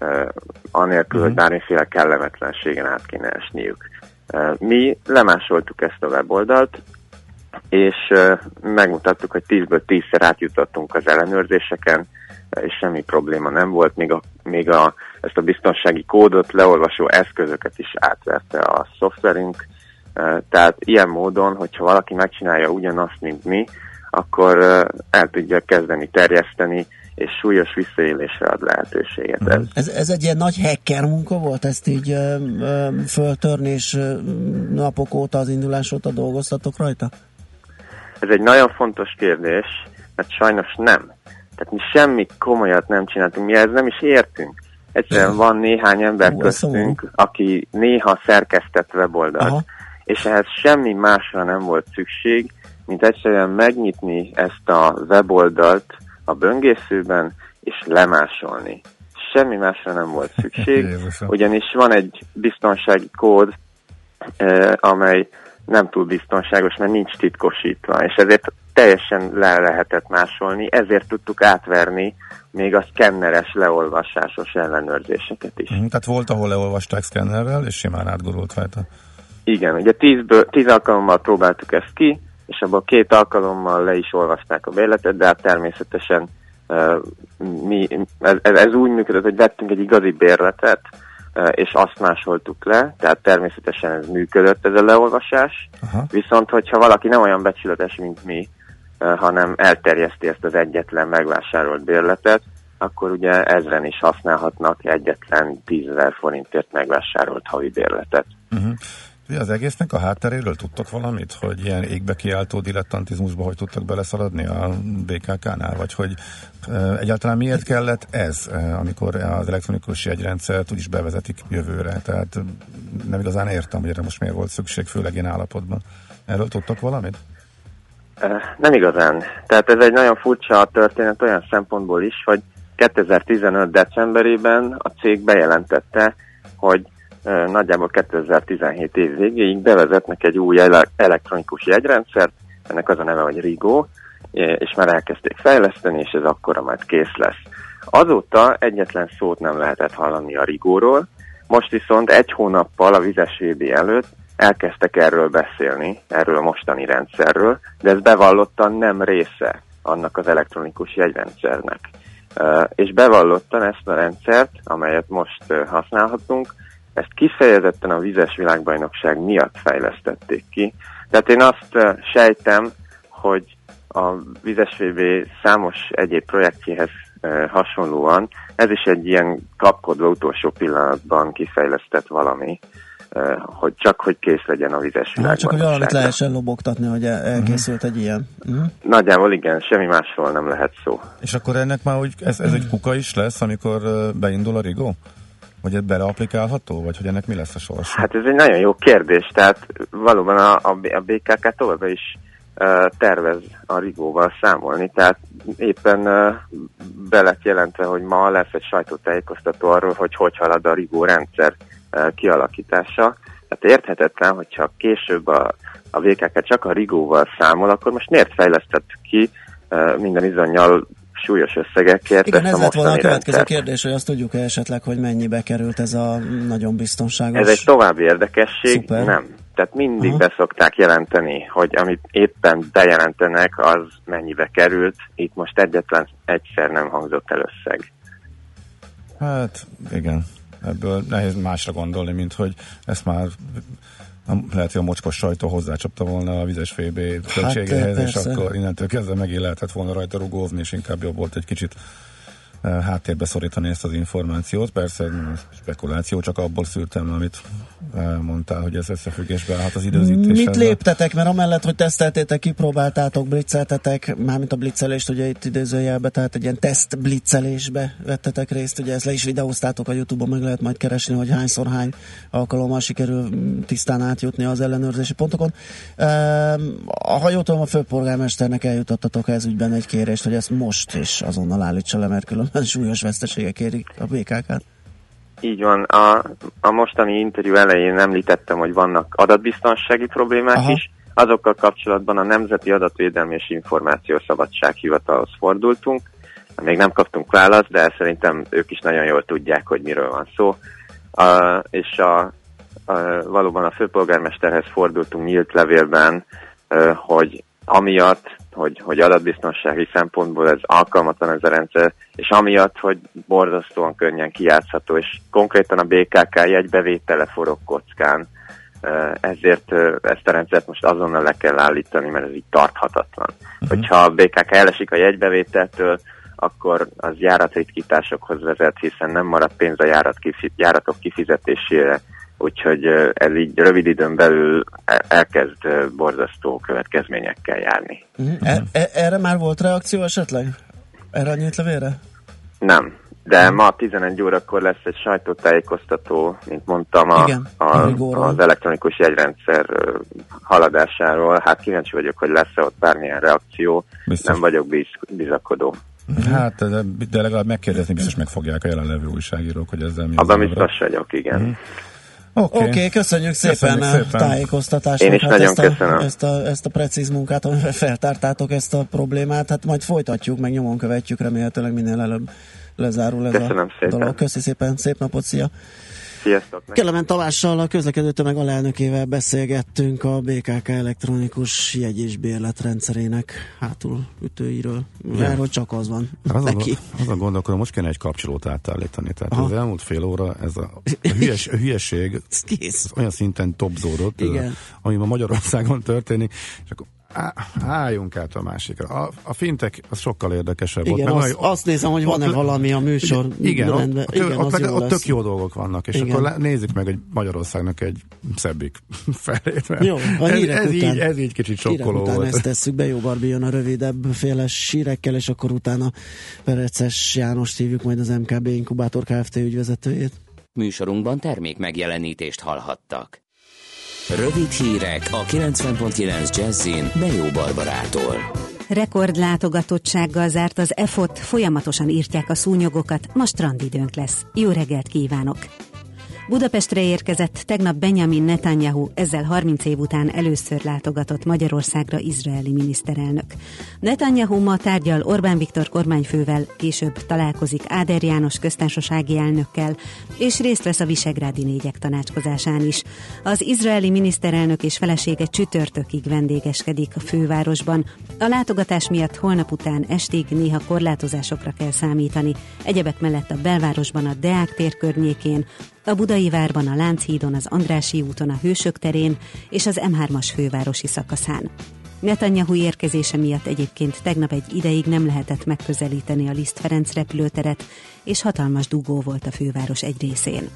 Speaker 11: anélkül, hogy bármiféle kellemetlenségen át kéne esniük. Mi lemásoltuk ezt a weboldalt, és megmutattuk, hogy 10-ből 10-szer átjutottunk az ellenőrzéseken, és semmi probléma nem volt, még ezt a biztonsági kódot leolvasó eszközöket is átverte a szoftverünk, tehát ilyen módon, hogyha valaki megcsinálja ugyanazt, mint mi, akkor el tudja kezdeni terjeszteni, és súlyos visszaélésre ad lehetőséget.
Speaker 4: Ez egy ilyen nagy hacker munka volt, ezt így föltörni, és napok óta, az indulás óta dolgoztatok rajta?
Speaker 11: Ez egy nagyon fontos kérdés, mert sajnos nem. Tehát mi semmi komolyat nem csináltunk, mi ezt nem is értünk. Egyszerűen van néhány ember köztünk, aki néha szerkesztett weboldalt, és ehhez semmi másra nem volt szükség, mint egyszerűen megnyitni ezt a weboldalt a böngészőben, és lemásolni. Semmi másra nem volt szükség, ugyanis van egy biztonsági kód, amely nem túl biztonságos, mert nincs titkosítva, és ezért teljesen le lehetett másolni, ezért tudtuk átverni még a szkenneres leolvasásos ellenőrzéseket is.
Speaker 12: Tehát volt, ahol leolvasták szkennerrel, és simán átgurult rajta.
Speaker 11: Igen, ugye 10 alkalommal próbáltuk ezt ki, és abban 2 alkalommal le is olvasták a bérletet, de hát természetesen ez úgy működött, hogy vettünk egy igazi bérletet, és azt másoltuk le, tehát természetesen ez működött, ez a leolvasás. Viszont, hogyha valaki nem olyan becsületes, mint mi, hanem elterjeszti ezt az egyetlen megvásárolt bérletet, akkor ugye 1000-en is használhatnak egyetlen 10 000 forintért megvásárolt havi bérletet.
Speaker 12: Az egésznek a hátteréről tudtok valamit, hogy ilyen égbe kiáltó dilettantizmusba hogy tudtak beleszaladni a BKK-nál, vagy hogy egyáltalán miért kellett ez, amikor az elektronikus jegyrendszert úgyis bevezetik jövőre, tehát nem igazán értem, hogy erre most miért volt szükség, főleg ilyen állapotban. Erről tudtok valamit?
Speaker 11: Nem igazán. Tehát ez egy nagyon furcsa történet olyan szempontból is, hogy 2015. decemberében a cég bejelentette, hogy nagyjából 2017 év végéig bevezetnek egy új elektronikus jegyrendszert, ennek az a neve, hogy Rigo, és már elkezdték fejleszteni, és ez akkora majd kész lesz. Azóta egyetlen szót nem lehetett hallani a Rigóról, Most viszont 1 hónappal a vizes VB előtt elkezdtek erről beszélni, erről a mostani rendszerről, de ez bevallottan nem része annak az elektronikus jegyrendszernek. És bevallottan ezt a rendszert, amelyet most használhatunk, ezt kifejezetten a vizes világbajnokság miatt fejlesztették ki. Tehát én azt sejtem, hogy a vizes VB számos egyéb projektjéhez hasonlóan ez is egy ilyen kapkodva utolsó pillanatban kifejlesztett valami, hogy csak hogy kész legyen a vizes világbajnokságra.
Speaker 4: Csak hogy valamit lehessen lobogtatni, hogy elkészült egy ilyen.
Speaker 11: Nagyjából igen, semmi másról nem lehet szó.
Speaker 12: És akkor ennek már úgy, ez egy kuka is lesz, amikor beindul a Rigó? Vagy ez beleaplikálható? Vagy hogy ennek mi lesz a sorsa?
Speaker 11: Hát ez egy nagyon jó kérdés, tehát valóban a BKK továbbra is tervez a Rigóval számolni, tehát éppen be lett jelentve, hogy ma lesz egy sajtótájékoztató arról, hogy halad a Rigó rendszer kialakítása. Tehát érthetetlen, hogyha később a BKK csak a Rigóval számol, akkor most miért fejlesztett ki minden bizonnyal súlyos összegekért?
Speaker 4: Igen, ez lett volna a következő kérdés, hogy azt tudjuk esetleg, hogy mennyibe került ez a nagyon biztonságos...
Speaker 11: Ez egy további érdekesség,
Speaker 4: Szuper.
Speaker 11: Nem. Tehát mindig beszokták jelenteni, hogy amit éppen bejelentenek, az mennyibe került. Itt most egyetlen egyszer nem hangzott el összeg.
Speaker 12: Hát igen, ebből nehéz másra gondolni, mint hogy ezt már lehet, hogy a mocskos sajtó hozzácsapta volna a vizes VB költségeihez, és akkor innentől kezdve megint lehetett volna rajta rugózni, és inkább jobb volt egy kicsit háttérbe szorítani ezt az információt. Persze spekuláció, csak abból szűrtem, amit mondtál, hogy ez összefüggésbe állhat az időzítéssel.
Speaker 4: Mit léptetek, mert amellett, hogy teszteltétek, kipróbáltátok, blitzeltetek, mármint a blitzelést, ugye itt idézőjelbe, tehát egy ilyen teszt blitzelésbe vettetek részt, ugye ezt le is videóztátok a YouTube-on, meg lehet majd keresni, hogy hányszor hány alkalommal sikerül tisztán átjutni az ellenőrzési pontokon. Ha jól tudom, a főpolgármesternek eljutattatok ez ügyben egy kérést, hogy ezt most is azonnal állítsa le, mert különben súlyos veszteségek érik a BKK-t.
Speaker 11: Így van. A mostani interjú elején említettem, hogy vannak adatbiztonsági problémák is. Azokkal kapcsolatban a Nemzeti Adatvédelmi és Információszabadság Hivatalhoz fordultunk. Még nem kaptunk választ, de szerintem ők is nagyon jól tudják, hogy miről van szó. És valóban a főpolgármesterhez fordultunk nyílt levélben, hogy amiatt, hogy adatbiztonsági szempontból ez alkalmatlan ez a rendszer, és amiatt, hogy borzasztóan könnyen kijátszható, és konkrétan a BKK jegybevétele forog kockán, ezért ezt a rendszert most azonnal le kell állítani, mert ez így tarthatatlan. Hogyha a BKK elesik a jegybevételtől, akkor az járatritkításokhoz vezet, hiszen nem marad pénz a járatok kifizetésére, úgyhogy ez így rövid időn belül elkezd borzasztó következményekkel járni.
Speaker 4: Erre már volt reakció esetleg? Erre a nyílt levélre?
Speaker 11: Nem, de ma 11 órakor lesz egy sajtótájékoztató, mint mondtam, az elektronikus jegyrendszer haladásáról. Hát kíváncsi vagyok, hogy lesz-e ott bármilyen reakció. Biztos. Nem vagyok bizakodó.
Speaker 12: Hát, de legalább megkérdezni biztos meg fogják a jelenlevő újságírók, hogy ezzel mi az.
Speaker 11: Abban biztos vagyok, igen.
Speaker 4: Oké, köszönjük szépen a tájékoztatást.
Speaker 11: Én is nagyon köszönöm.
Speaker 4: Ezt a precíz munkát, amivel feltártátok ezt a problémát. Hát majd folytatjuk, meg nyomon követjük, remélhetőleg minél előbb lezárul ez a dolog. Köszi szépen, szép napot, szia!
Speaker 11: Sziasztok!
Speaker 4: Kelemen Tamással, a közlekedő tömeg alelnökével beszélgettünk a BKK elektronikus jegy- és bérletrendszerének hátulütőiről. Erről csak az van neki.
Speaker 5: Azon gondolkodom, most kéne egy kapcsolót átállítani. Tehát az elmúlt fél óra ez a hülyeség olyan szinten topzódott, ami ma Magyarországon történik, és akkor álljunk át a másikra. A fintech az sokkal érdekesebb.
Speaker 4: Igen,
Speaker 5: ott,
Speaker 4: azt nézem, hogy van-e valami a műsor.
Speaker 5: Igen, ott tök jó dolgok vannak, és igen. Akkor nézzük meg, hogy Magyarországnak egy szebbik felét.
Speaker 4: Jó,
Speaker 5: ez így kicsit sokkoló
Speaker 4: volt.
Speaker 5: Ezt
Speaker 4: tesszük be, jó Barbi jön a rövidebb féles hírekkel, és akkor utána Pereces Jánost hívjuk, majd az MKB Inkubátor Kft. Ügyvezetőjét.
Speaker 1: Műsorunkban termék megjelenítést hallhattak. Rövid hírek a 90.9 Jazzin Bejó Barbarától.
Speaker 7: Rekordlátogatottsággal zárt az EFOT, folyamatosan írtják a szúnyogokat, ma strandidőnk lesz. Jó reggelt kívánok! Budapestre érkezett tegnap Benjamin Netanyahu, ezzel 30 év után először látogatott Magyarországra izraeli miniszterelnök. Netanyahu ma tárgyal Orbán Viktor kormányfővel, később találkozik Áder János köztársasági elnökkel, és részt vesz a Visegrádi négyek tanácskozásán is. Az izraeli miniszterelnök és felesége csütörtökig vendégeskedik a fővárosban. A látogatás miatt holnap után estig néha korlátozásokra kell számítani. Egyebek mellett a belvárosban, a Deák tér környékén, a Budai várban, a Lánchídon, az Andrássy úton, a Hősök terén és az M3-as fővárosi szakaszán. Netanyahu érkezése miatt egyébként tegnap egy ideig nem lehetett megközelíteni a Liszt Ferenc repülőteret, és hatalmas dugó volt a főváros egy részén.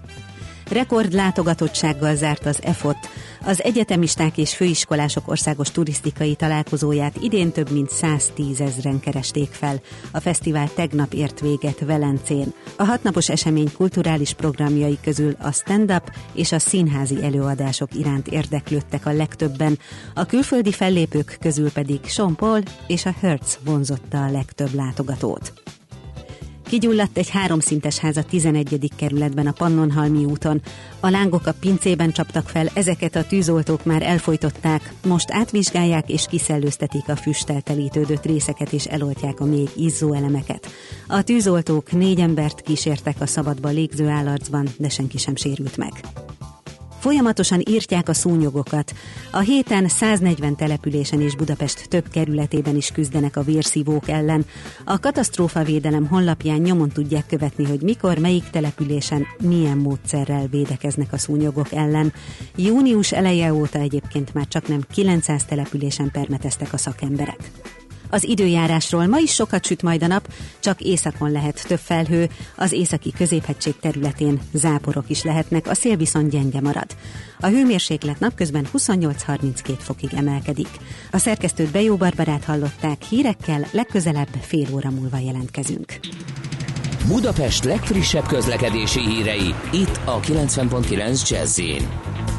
Speaker 7: Rekord látogatottsággal zárt az EFOT, az egyetemisták és főiskolások országos turisztikai találkozóját idén több mint 110 000-en keresték fel. A fesztivál tegnap ért véget Velencén. A 6 napos esemény kulturális programjai közül a stand-up és a színházi előadások iránt érdeklődtek a legtöbben, a külföldi fellépők közül pedig Sean Paul és a Hertz vonzotta a legtöbb látogatót. Kigyulladt egy 3 szintes ház a 11. kerületben a Pannonhalmi úton. A lángok a pincében csaptak fel, ezeket a tűzoltók már elfojtották, most átvizsgálják és kiszellőztetik a füsttel telítődött részeket és eloltják a még izzó elemeket. A tűzoltók 4 embert kísértek a szabadba légző állarcban, de senki sem sérült meg. Folyamatosan írtják a szúnyogokat. A héten 140 településen és Budapest több kerületében is küzdenek a vérszívók ellen. A katasztrófavédelem honlapján nyomon tudják követni, hogy mikor, melyik településen milyen módszerrel védekeznek a szúnyogok ellen. Június eleje óta egyébként már csaknem 900 településen permeteztek a szakemberek. Az időjárásról: ma is sokat süt majd a nap, csak északon lehet több felhő, az északi középhegység területén záporok is lehetnek, a szél viszont gyenge marad. A hőmérséklet napközben 28-32 fokig emelkedik. A szerkesztőt Bejó Barbarát hallották, hírekkel legközelebb fél óra múlva jelentkezünk.
Speaker 1: Budapest legfrissebb közlekedési hírei, itt a 90.9 Jazz-in.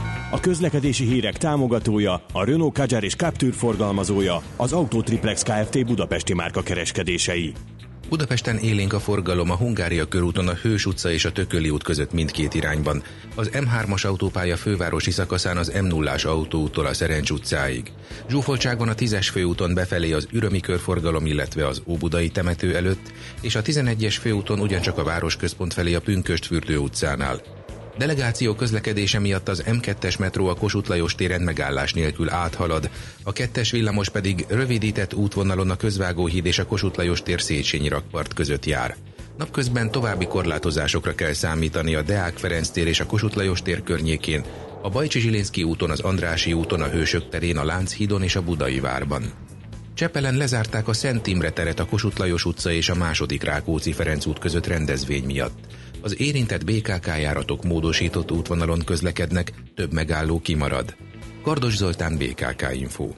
Speaker 13: A közlekedési hírek támogatója, a Renault Kadjar és Captur forgalmazója, az Autotriplex Kft. Budapesti márka kereskedései.
Speaker 14: Budapesten élénk a forgalom a Hungária körúton a Hős utca és a Tököli út között mindkét irányban, az M3-as autópálya fővárosi szakaszán az M0-ás autóúttól a Szerencs utcáig. Zsúfoltság van a 10-es főúton befelé az Ürömi körforgalom, illetve az Óbudai temető előtt, és a 11-es főúton ugyancsak a városközpont felé a Pünkösdfürdő utcánál. Delegáció közlekedése miatt az M2-es metró a Kossuth Lajos téren megállás nélkül áthalad, a 2-es villamos pedig rövidített útvonalon a Közvágóhíd és a Kossuth Lajos tér Széchenyi rakpart között jár. Napközben további korlátozásokra kell számítani a Deák Ferenc tér és a Kossuth Lajos tér környékén, a Bajcsi Zsilinszky úton, az Andrássy úton, a Hősök terén, a Lánchídon és a Budai várban. Csepelen lezárták a Szent Imre teret a Kossuth Lajos utca és a II. Rákóczi-Ferenc út között rendezvény miatt. Az érintett BKK járatok módosított útvonalon közlekednek, több megálló kimarad. Kardos Zoltán, BKK Info.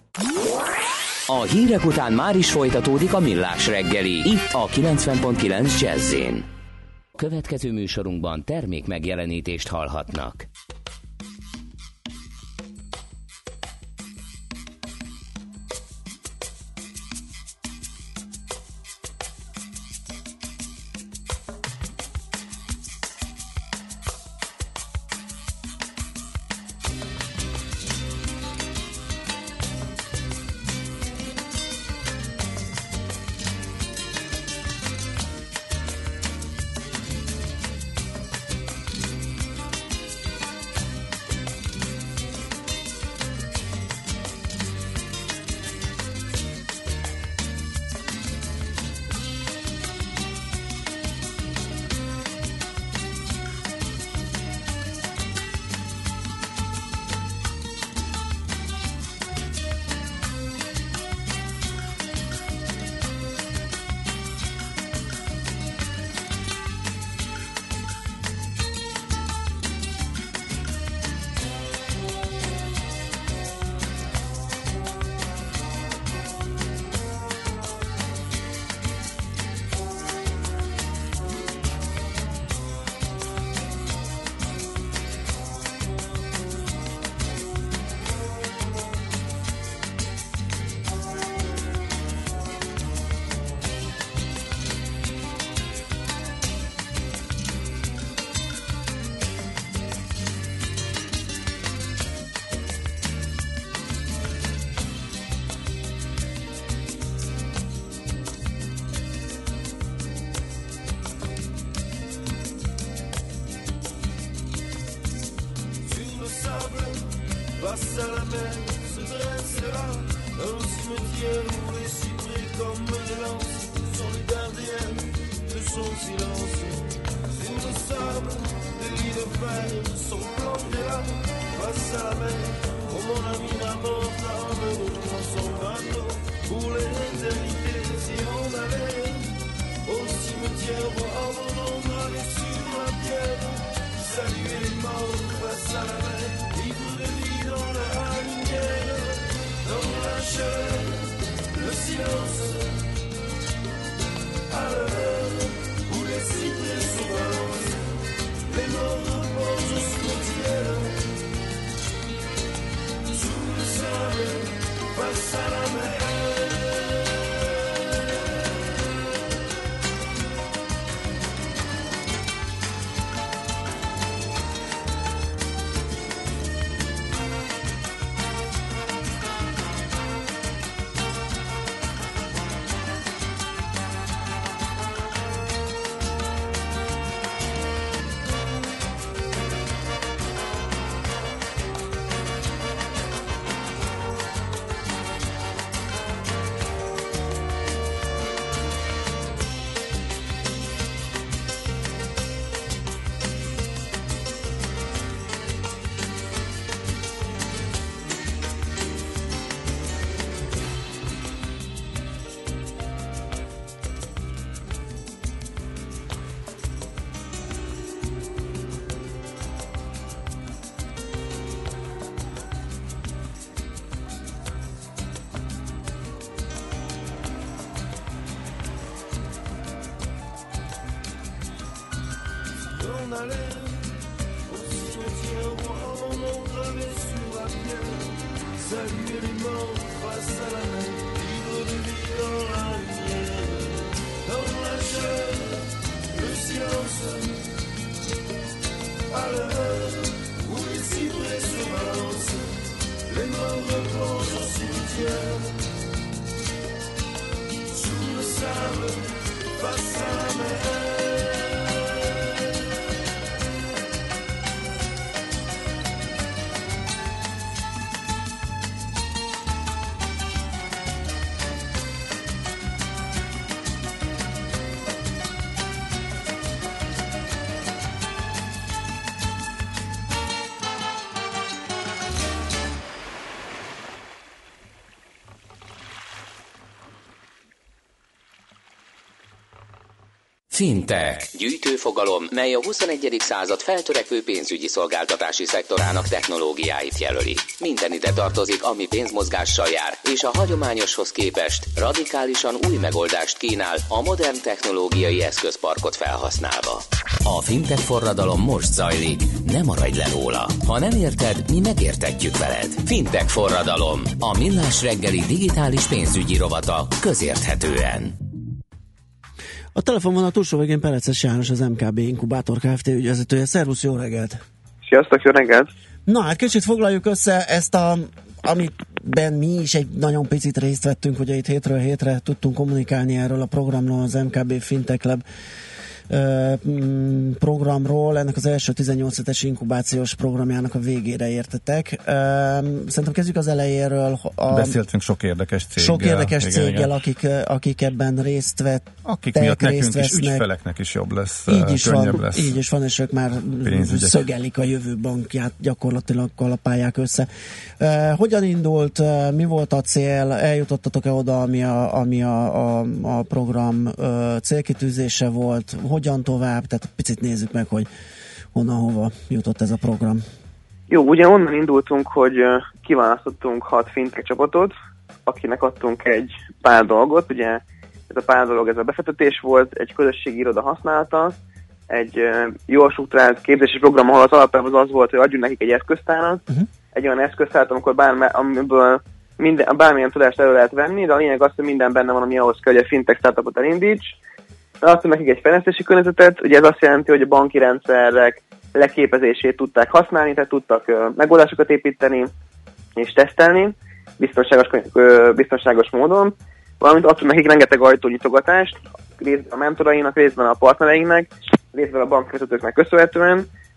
Speaker 1: A hírek után már is folytatódik a Millás reggeli, itt a 90.9 Jazz-in. Következő műsorunkban termék megjelenítést hallhatnak.
Speaker 15: face à la mer, se dressera un cimetière où les cyprès comme des lances sont les gardiennes de son silence. Sur le sable, des lits de fer sont plantés là, face à la mer, où mon ami la mort emmène dans son bateau pour l'éternité. Si on allait au cimetière voir mon nom gravé sur la pierre, saluer les morts face à la mer, vivre de vie dans la lumière, dans la chaleur, le silence, à l'heure où les cyprès se balancent, les morts reposent au cimetière, sous le sable, face à la mer. On allait au cimetière voir mon nom gravé sur la pierre, saluer les morts face à la mer, vivre de vie dans la lumière, dans la chaleur, le silence, à l'heure où les cyprès se balancent, les morts reposent au cimetière, sous le sable, face à la mer.
Speaker 1: Fintech. Gyűjtőfogalom, mely a 21. század feltörekvő pénzügyi szolgáltatási szektorának technológiáit jelöli. Minden ide tartozik, ami pénzmozgással jár, és a hagyományoshoz képest radikálisan új megoldást kínál a modern technológiai eszközparkot felhasználva. A fintech forradalom most zajlik, ne maradj le róla. Ha nem érted, mi megértetjük veled. Fintech forradalom, a Millás reggeli digitális pénzügyi rovata közérthetően.
Speaker 4: A telefonban a túlsó végén Pereces János, az MKB Inkubátor Kft. Ügyvezetője. Szervusz, jó reggelt!
Speaker 11: Sziasztok, jó reggelt!
Speaker 4: Na, hát kicsit foglaljuk össze ezt amiben mi is egy nagyon picit részt vettünk, ugye itt hétről hétre tudtunk kommunikálni erről a programról, az MKB Fintech Lab programról, ennek az első 18 hetes inkubációs programjának a végére értetek. Szerintem kezdjük az elejéről.
Speaker 12: Beszéltünk sok érdekes céggel.
Speaker 4: Sok érdekes céggel, akik ebben részt vettek.
Speaker 12: Akik miatt nekünk is, ügyfeleknek is jobb lesz, könnyebb lesz.
Speaker 4: Így is van, és ők már szögelik a jövő bankját, gyakorlatilag kalapálják össze. Hogyan indult, mi volt a cél, eljutottatok-e oda, ami a program célkitűzése volt, hogyan tovább, tehát picit nézzük meg, hogy honnan, hova jutott ez a program.
Speaker 11: Jó, ugye onnan indultunk, hogy kiválasztottunk 6 fintech csapatot, akinek adtunk egy pár dolgot, ugye ez a pár dolog, ez a befektetés volt, egy közösségi iroda használata, egy jól struktúrált képzési program, ahol az alapjában az volt, hogy adjunk nekik egy eszköztárat, egy olyan eszköztárat, amikor amiből bármilyen tudást elő lehet venni, de a lényeg az, hogy minden benne van, ami ahhoz kell, hogy a fintech startupot elindíts. Adtunk nekik egy fejlesztési környezetet, ugye ez azt jelenti, hogy a banki rendszerek leképezését tudták használni, tehát tudtak megoldásokat építeni és tesztelni biztonságos módon, valamint adtunk nekik rengeteg ajtónyitogatást, részben a mentorainak, részben a partnereinknek, részben a bankvezetőknek köszönhetően,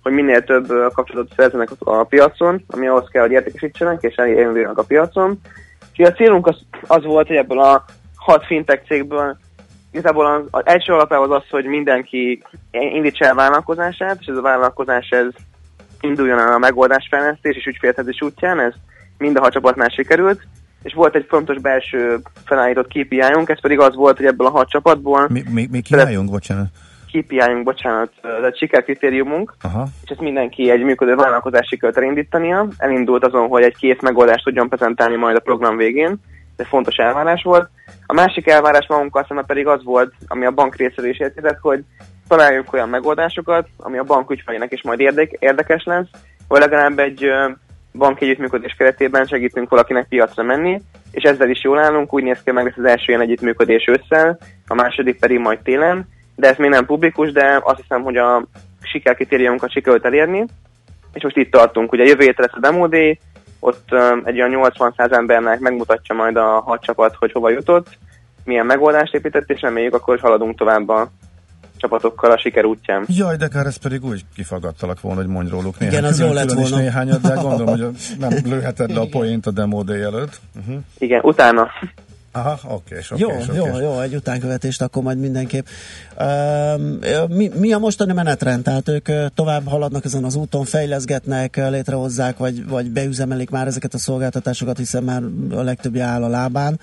Speaker 16: hogy minél több kapcsolatot szerezzenek a piacon, ami ahhoz kell, hogy értékesítsenek, és eljönnek a piacon. És a célunk az volt, hogy ebből a 6 fintech cégből igazából az első alapjában az, hogy mindenki indítsa el vállalkozását, és ez a vállalkozás induljon el a megoldásfejlesztés és ügyfélhetős útján, ez mind a 6 csapatnál sikerült, és volt egy fontos belső felállított KPI-unk, ez pedig az volt, hogy ebből a 6 csapatból...
Speaker 12: Mi KPI-unk, bocsánat?
Speaker 16: KPI-unk, bocsánat, ez egy sikerkritériumunk, és ezt mindenki egy működő vállalkozás sikert elindítania. Elindult azon, hogy egy kész megoldást tudjon prezentálni majd a program végén, ez fontos elvárás volt. A másik elvárás magunkkal szemben pedig az volt, ami a bank részéről is érkezett, hogy találjunk olyan megoldásokat, ami a bank ügyfelének is majd érdekes lesz, vagy legalább egy bank együttműködés keretében segítünk valakinek piacra menni, és ezzel is jól állunk, úgy néz ki, meg lesz az első ilyen együttműködés ősszel, a második pedig majd télen, de ez még nem publikus, de azt hiszem, hogy a sikerkritériumunkat sikerült elérni, és most itt tartunk. Ugye jövő hétre lesz a Demo Day, ott egy olyan 80-100 embernek megmutatja majd a 6 csapat, hogy hova jutott, milyen megoldást épített, és reméljük akkor, hogy haladunk tovább a csapatokkal a siker útján.
Speaker 12: Jaj, de kár, ezt pedig úgy kifagadtalak volna, hogy mondj róluk néhány.
Speaker 4: Igen, az jó lett volna.
Speaker 12: Néhányat, de gondolom, hogy nem lőheted le a poént a Demo Day előtt.
Speaker 16: Igen, utána.
Speaker 12: Aha, oké.
Speaker 4: Jó, egy utánkövetést akkor majd mindenképp. Mi a mostani menetrend? Tehát ők tovább haladnak ezen az úton, fejleszgetnek, létrehozzák, vagy beüzemelik már ezeket a szolgáltatásokat, hiszen már a legtöbbje áll a lábán.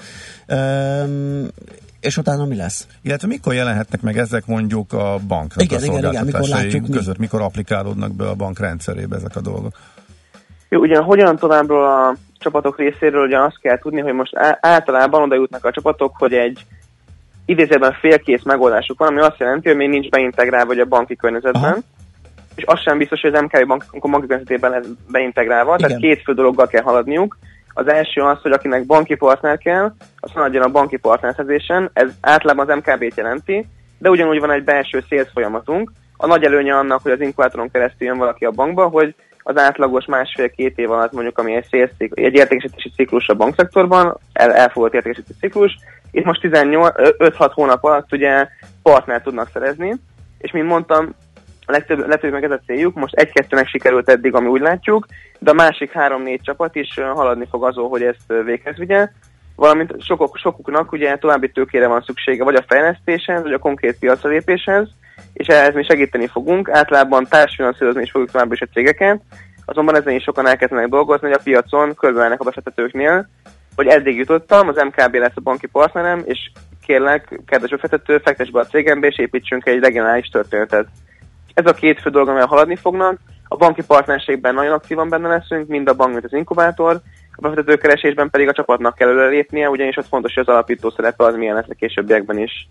Speaker 4: És utána mi lesz?
Speaker 12: Illetve mikor jelenhetnek meg ezek mondjuk a banknak a szolgáltatásai között? Mikor applikálódnak be a bank rendszerébe ezek a dolgok?
Speaker 16: Jó, ugyan hogyan továbbról a csapatok részéről, ugye azt kell tudni, hogy most általában oda jutnak a csapatok, hogy egy idézőben félkész megoldásuk van, ami azt jelenti, hogy még nincs beintegrálva vagy a banki környezetben,
Speaker 4: aha,
Speaker 16: és az sem biztos, hogy az MKB banki környezetében lesz beintegrálva, igen. Tehát 2 fő dologgal kell haladniuk. Az első az, hogy akinek banki partner kell, az haladjon a banki partnerszerzésen, ez általában az MKB-t jelenti, de ugyanúgy van egy belső sales folyamatunk. A nagy előnye annak, hogy az inkubátoron keresztül jön valaki a bankba, hogy az átlagos 1,5-2 év alatt mondjuk, ami egy értékesítési ciklus a bankszektorban, elfogadott értékesítési ciklus, itt most 5-6 hónap alatt ugye partnert tudnak szerezni, és mint mondtam, a legtöbb meg ez a céljuk, most 1-2-nek sikerült eddig, ami úgy látjuk, de a másik 3-4 csapat is haladni fog azon, hogy ezt véghez vigye, valamint sokuknak ugye további tőkére van szüksége, vagy a fejlesztéshez, vagy a konkrét piacra lépéshez, és ehhez mi segíteni fogunk, általában társfinanszírozni is fogjuk tovább is a cégeket, azonban ezen is sokan elkezdenek dolgozni, hogy a piacon körbeállnak a befektetőknél, hogy eddig jutottam, az MKB lesz a banki partnerem, és kérlek, kedves befektető, fektess be a cégembe, és építsünk egy regionális történetet. Ez a 2 fő dolog, amivel haladni fognak. A banki partnerségben nagyon aktívan benne leszünk, mind a bank, mint az inkubátor, a befektetőkeresésben pedig a csapatnak kell előrelépnie, ugyanis ott fontos, hogy az alapító szerepe az milyen lesz a későbbiekben is.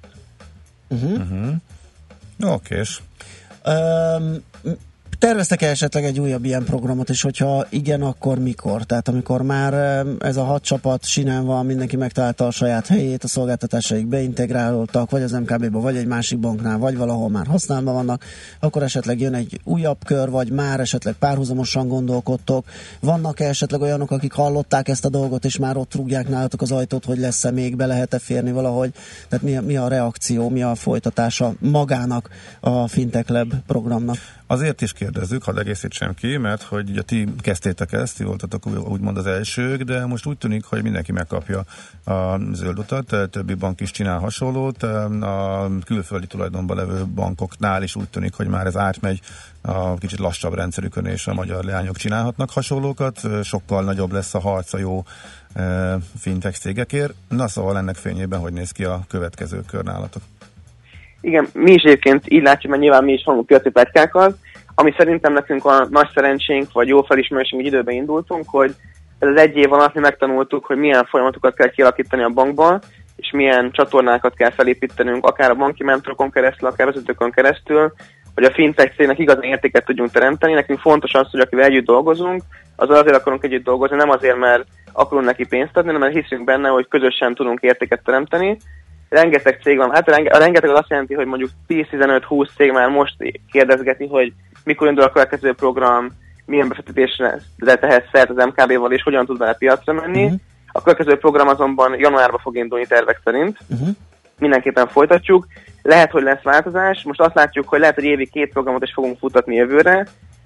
Speaker 12: Okés.
Speaker 4: Terveztek-e esetleg egy újabb ilyen programot, és hogyha igen, akkor mikor? Tehát amikor már ez a 6 csapat sinen van, mindenki megtalálta a saját helyét, a szolgáltatásaik beintegrálódtak, vagy az MKB-ba, vagy egy másik banknál, vagy valahol már használatban vannak, akkor esetleg jön egy újabb kör, vagy már esetleg párhuzamosan gondolkodtok. Vannak-e esetleg olyanok, akik hallották ezt a dolgot, és már ott rúgják nálatok az ajtót, hogy lesz-e még, be lehet-e férni valahogy? Tehát mi a reakció, mi a folytatása magának a Fintech Lab programnak?
Speaker 12: Azért is kérdezzük, hadd egészítsem ki, mert hogy ugye ti kezdtétek ezt, ti voltatok úgymond az elsők, de most úgy tűnik, hogy mindenki megkapja a zöld utat, többi bank is csinál hasonlót, a külföldi tulajdonban levő bankoknál is úgy tűnik, hogy már ez átmegy a kicsit lassabb rendszerükön, és a magyar leányok csinálhatnak hasonlókat, sokkal nagyobb lesz a harc a jó fintech cégekért. Na szóval ennek fényében hogy néz ki a következő kör nálatok?
Speaker 16: Igen, mi is egyébként így látjuk, mert nyilván mi is hangunk piaci pletykákat, ami szerintem nekünk a nagy szerencsénk, vagy jó felismerésünk, hogy időben indultunk, hogy ez az 1 év alatt mi megtanultuk, hogy milyen folyamatokat kell kialakítani a bankban, és milyen csatornákat kell felépítenünk, akár a banki mentorokon keresztül, akár vezetőkön keresztül, hogy a fintech cégnek igazán értéket tudjunk teremteni. Nekünk fontos az, hogy akivel együtt dolgozunk, az azért akarunk együtt dolgozni, nem azért, mert akarunk neki pénzt adni, hanem mert hiszünk benne, hogy közösen tudunk értéket teremteni. Rengeteg cég van, hát a rengeteg az azt jelenti, hogy mondjuk 10-15-20 cég már most kérdezgeti, hogy mikor indul a következő program, milyen befektetésre tehet szert az MKB-val, és hogyan tud vele piacra menni. A következő program azonban januárban fog indulni tervek szerint. Mindenképpen folytatjuk. Lehet, hogy lesz változás. Most azt látjuk, hogy lehet, hogy évi 2 programot is fogunk futtatni jövőre,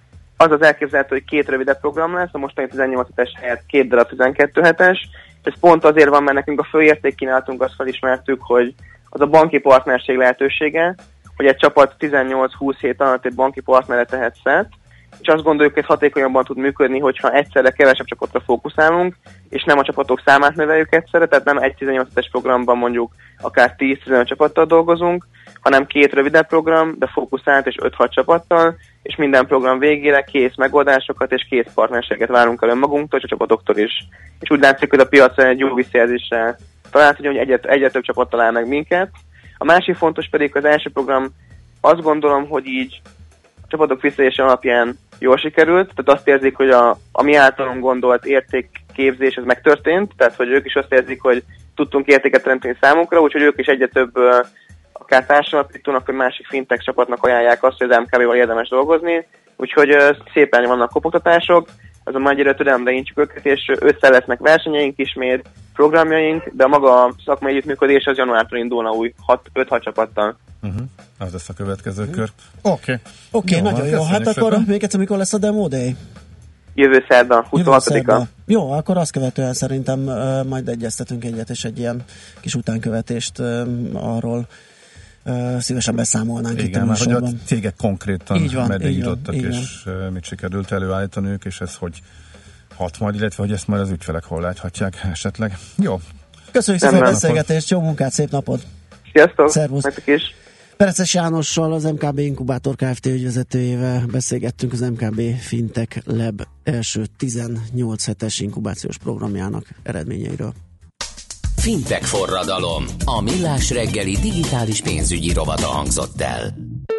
Speaker 16: az az elképzelhető, hogy 2 rövidebb program lesz, a mostani 18 hetes helyett 2 darab 12 hetes. Ez pont azért van, mert nekünk a fő értékkínálatunk azt felismertük, hogy az a banki partnerség lehetősége, hogy egy csapat 18-20 hét alatt egy banki partnerre tehet szert, és azt gondoljuk, hogy hatékonyabban tud működni, hogyha egyszerre kevesebb csapatra fókuszálunk, és nem a csapatok számát növeljük egyszerre, tehát nem egy 18 hetes programban mondjuk akár 10-15 csapattal dolgozunk, hanem 2 rövidebb program, de fókuszált és 5-6 csapattal, és minden program végére kész megoldásokat és kész partnerséget várunk el önmagunktól és a csapatoktól is. És úgy látszik, hogy a piacon egy jó visszajelzéssel talált, hogy egyre több csapat talál meg minket. A másik fontos pedig az első program, azt gondolom, hogy így a csapatok visszajelzése alapján jól sikerült, tehát azt érzik, hogy a mi általunk gondolt értékképzés ez megtörtént, tehát hogy ők is azt érzik, hogy tudtunk értéket teremteni számunkra, úgyhogy ők is egyre több akár társadalapítónak, vagy másik fintech csapatnak ajánlják azt, hogy az MKB-val érdemes dolgozni, úgyhogy szépen vannak kopogtatások, azonban egyre türelemre intjük őket, és össze lesznek versenyeink ismét, programjaink, de maga a szakmai együttműködés az januártól indulna új 5-6 csapattal.
Speaker 12: Az lesz a következő kör.
Speaker 4: Oké, nagyon jó. Hát akkor még egyszer, mikor lesz a Demo Day?
Speaker 16: Jövő szerda, 26-a.
Speaker 4: Jó, akkor azt követően szerintem majd egyeztetünk egyet, és egy ilyen kis utánkövetést arról szívesen beszámolnánk.
Speaker 12: Igen, már hogy a cégek konkrétan meddig jutottak, és mit sikerült előállítaniuk, és ez hogy hat majd, illetve hogy ezt majd az ügyfelek hol láthatják esetleg. Jó.
Speaker 4: Köszönjük szépen a beszélgetést, jó munkát, szép napot!
Speaker 16: Sziasztok!
Speaker 4: Szervusz! Pereces Jánossal, az MKB Inkubátor Kft. Ügyvezetőjével beszélgettünk az MKB Fintech Lab első 18 hetes inkubációs programjának eredményeiről.
Speaker 1: Fintech forradalom. A Millás reggeli digitális pénzügyi rovata hangzott el.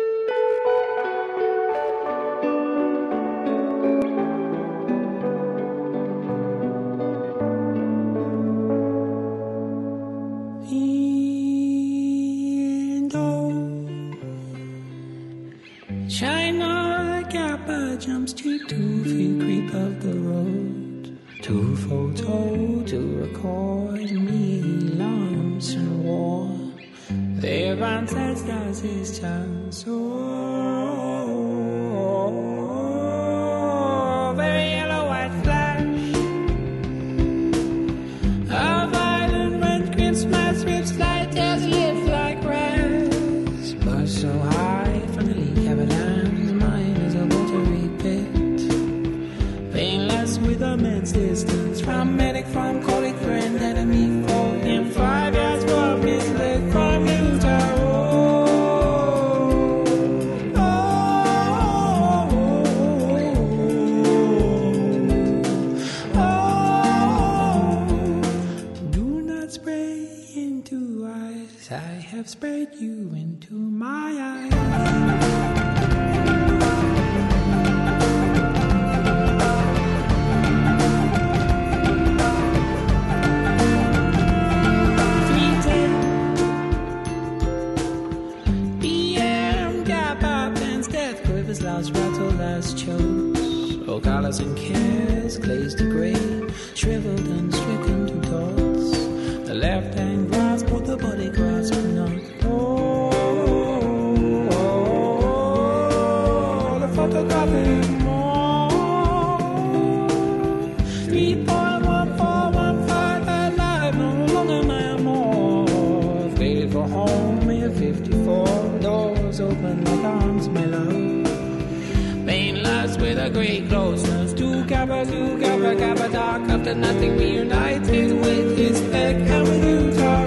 Speaker 6: China Kappa jumps to 2 feet creep of the road. 2 photo to record me lumps and war. Their ancestors his chance so very yellow white flash. A violent red Christmas with slight as live like grass, but so high from the leak avalanche, mine is a watery pit. Painless with immense distance from medic, from colleague, friend, enemy, foe. In 5 years for misled from Utah. I have spread you into my eyes. PM, gap up and death quivers, loud rattle, last chokes. Oh, colors and cares, glazed to grey, shriveled and stricken to dots. The left hand grasp what the body grasp not. The photographic more. 3.1415 alive, no longer my more. Faded for home in 54. Doors open like arms, my love. Painless with a great closeness. Two kappa, dark after nothing reunited with his leg and with Utah.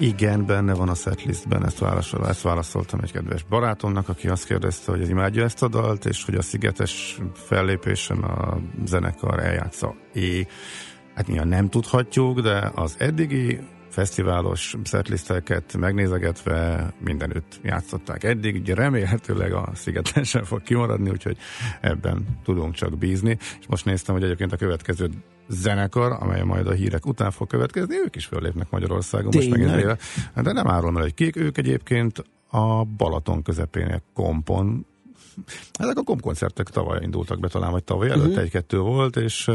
Speaker 5: Igen, benne van a setlistben, ezt válaszoltam egy kedves barátomnak, aki azt kérdezte, hogy imádja ezt a dalt, és hogy a szigetes fellépésen a zenekar eljátsza. Hát nyilván nem tudhatjuk, de az eddigi fesztiválos setlisteket megnézegetve mindenütt játszották eddig, ugye remélhetőleg a szigeten sem fog kimaradni, úgyhogy ebben tudunk csak bízni. És most néztem, hogy egyébként a következő zenekar, amely majd a hírek után fog következni, ők is föllépnek Magyarországon. Most megint, de nem árulom el, hogy kik, ők egyébként a Balaton közepén, Kompon. Ezek a kompkoncertek tavaly indultak be, talán vagy tavaly előtt egy-kettő volt, és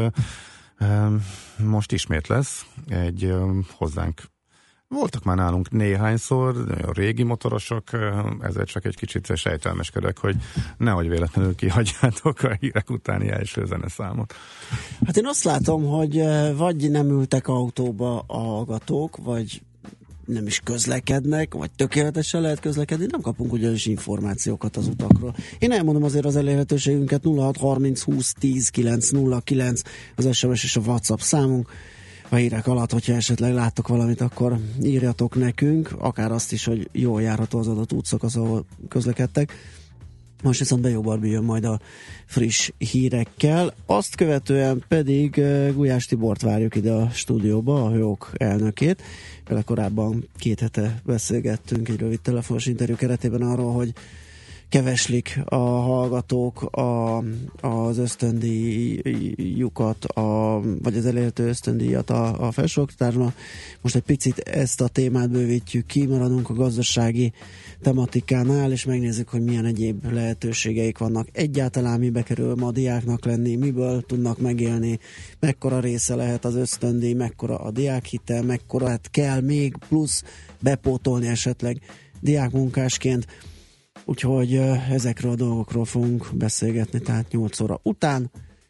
Speaker 5: most ismét lesz egy hozzánk. Voltak már nálunk néhányszor, a régi motorosok, ezért csak egy kicsit sejtelmeskedek, hogy nehogy véletlenül kihagyjátok a hírek utáni első zeneszámot.
Speaker 4: Hát én azt látom, hogy vagy nem ültek autóba a hallgatók, vagy nem is közlekednek, vagy tökéletesen lehet közlekedni, nem kapunk ugyanis információkat az utakról. Én elmondom azért az elérhetőségünket, 0630 20 10 909 az SMS és a WhatsApp számunk. A hírek alatt, hogyha esetleg láttok valamit, akkor írjatok nekünk, akár azt is, hogy jól járható az adott útszakasz, ahol közlekedtek. Most viszont Bejó Barbi jön majd a friss hírekkel. Azt követően pedig Gulyás Tibort várjuk ide a stúdióba, a Hőok elnökét. Vele korábban 2 hete beszélgettünk egy rövid telefonos interjú keretében arról, hogy keveslik a hallgatók az ösztöndíjukat, vagy az elérhető ösztöndíjat a felsőoktatásban. Most egy picit ezt a témát bővítjük ki, maradunk a gazdasági tematikánál, és megnézzük, hogy milyen egyéb lehetőségeik vannak. Egyáltalán mibe kerül ma a diáknak lenni, miből tudnak megélni, mekkora része lehet az ösztöndíj, mekkora a diákhitel, mekkora kell még plusz bepótolni esetleg diákmunkásként. Úgyhogy ezekről a dolgokról fogunk beszélgetni, tehát 8 óra után.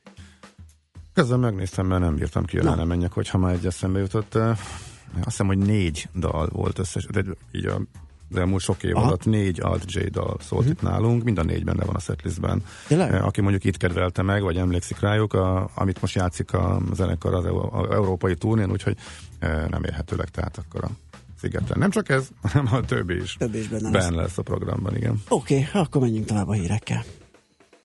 Speaker 5: Közben megnéztem, mert nem bírtam ki, nem menjek, hogyha már egy eszembe jutott. Azt hiszem, hogy 4 dal volt összes, de így az elmúlt sok év alatt 4 Alt-J dal szólt itt nálunk, mind a 4 benne van a setlistben. Aki mondjuk itt kedvelte meg, vagy emlékszik rájuk, amit most játszik a zenekar az európai turnén, úgyhogy nem érhetőleg, tehát akkor a szigeten. Nem csak ez, hanem a többi is benne lesz a programban, igen.
Speaker 4: Oké, akkor menjünk tovább a hírekkel.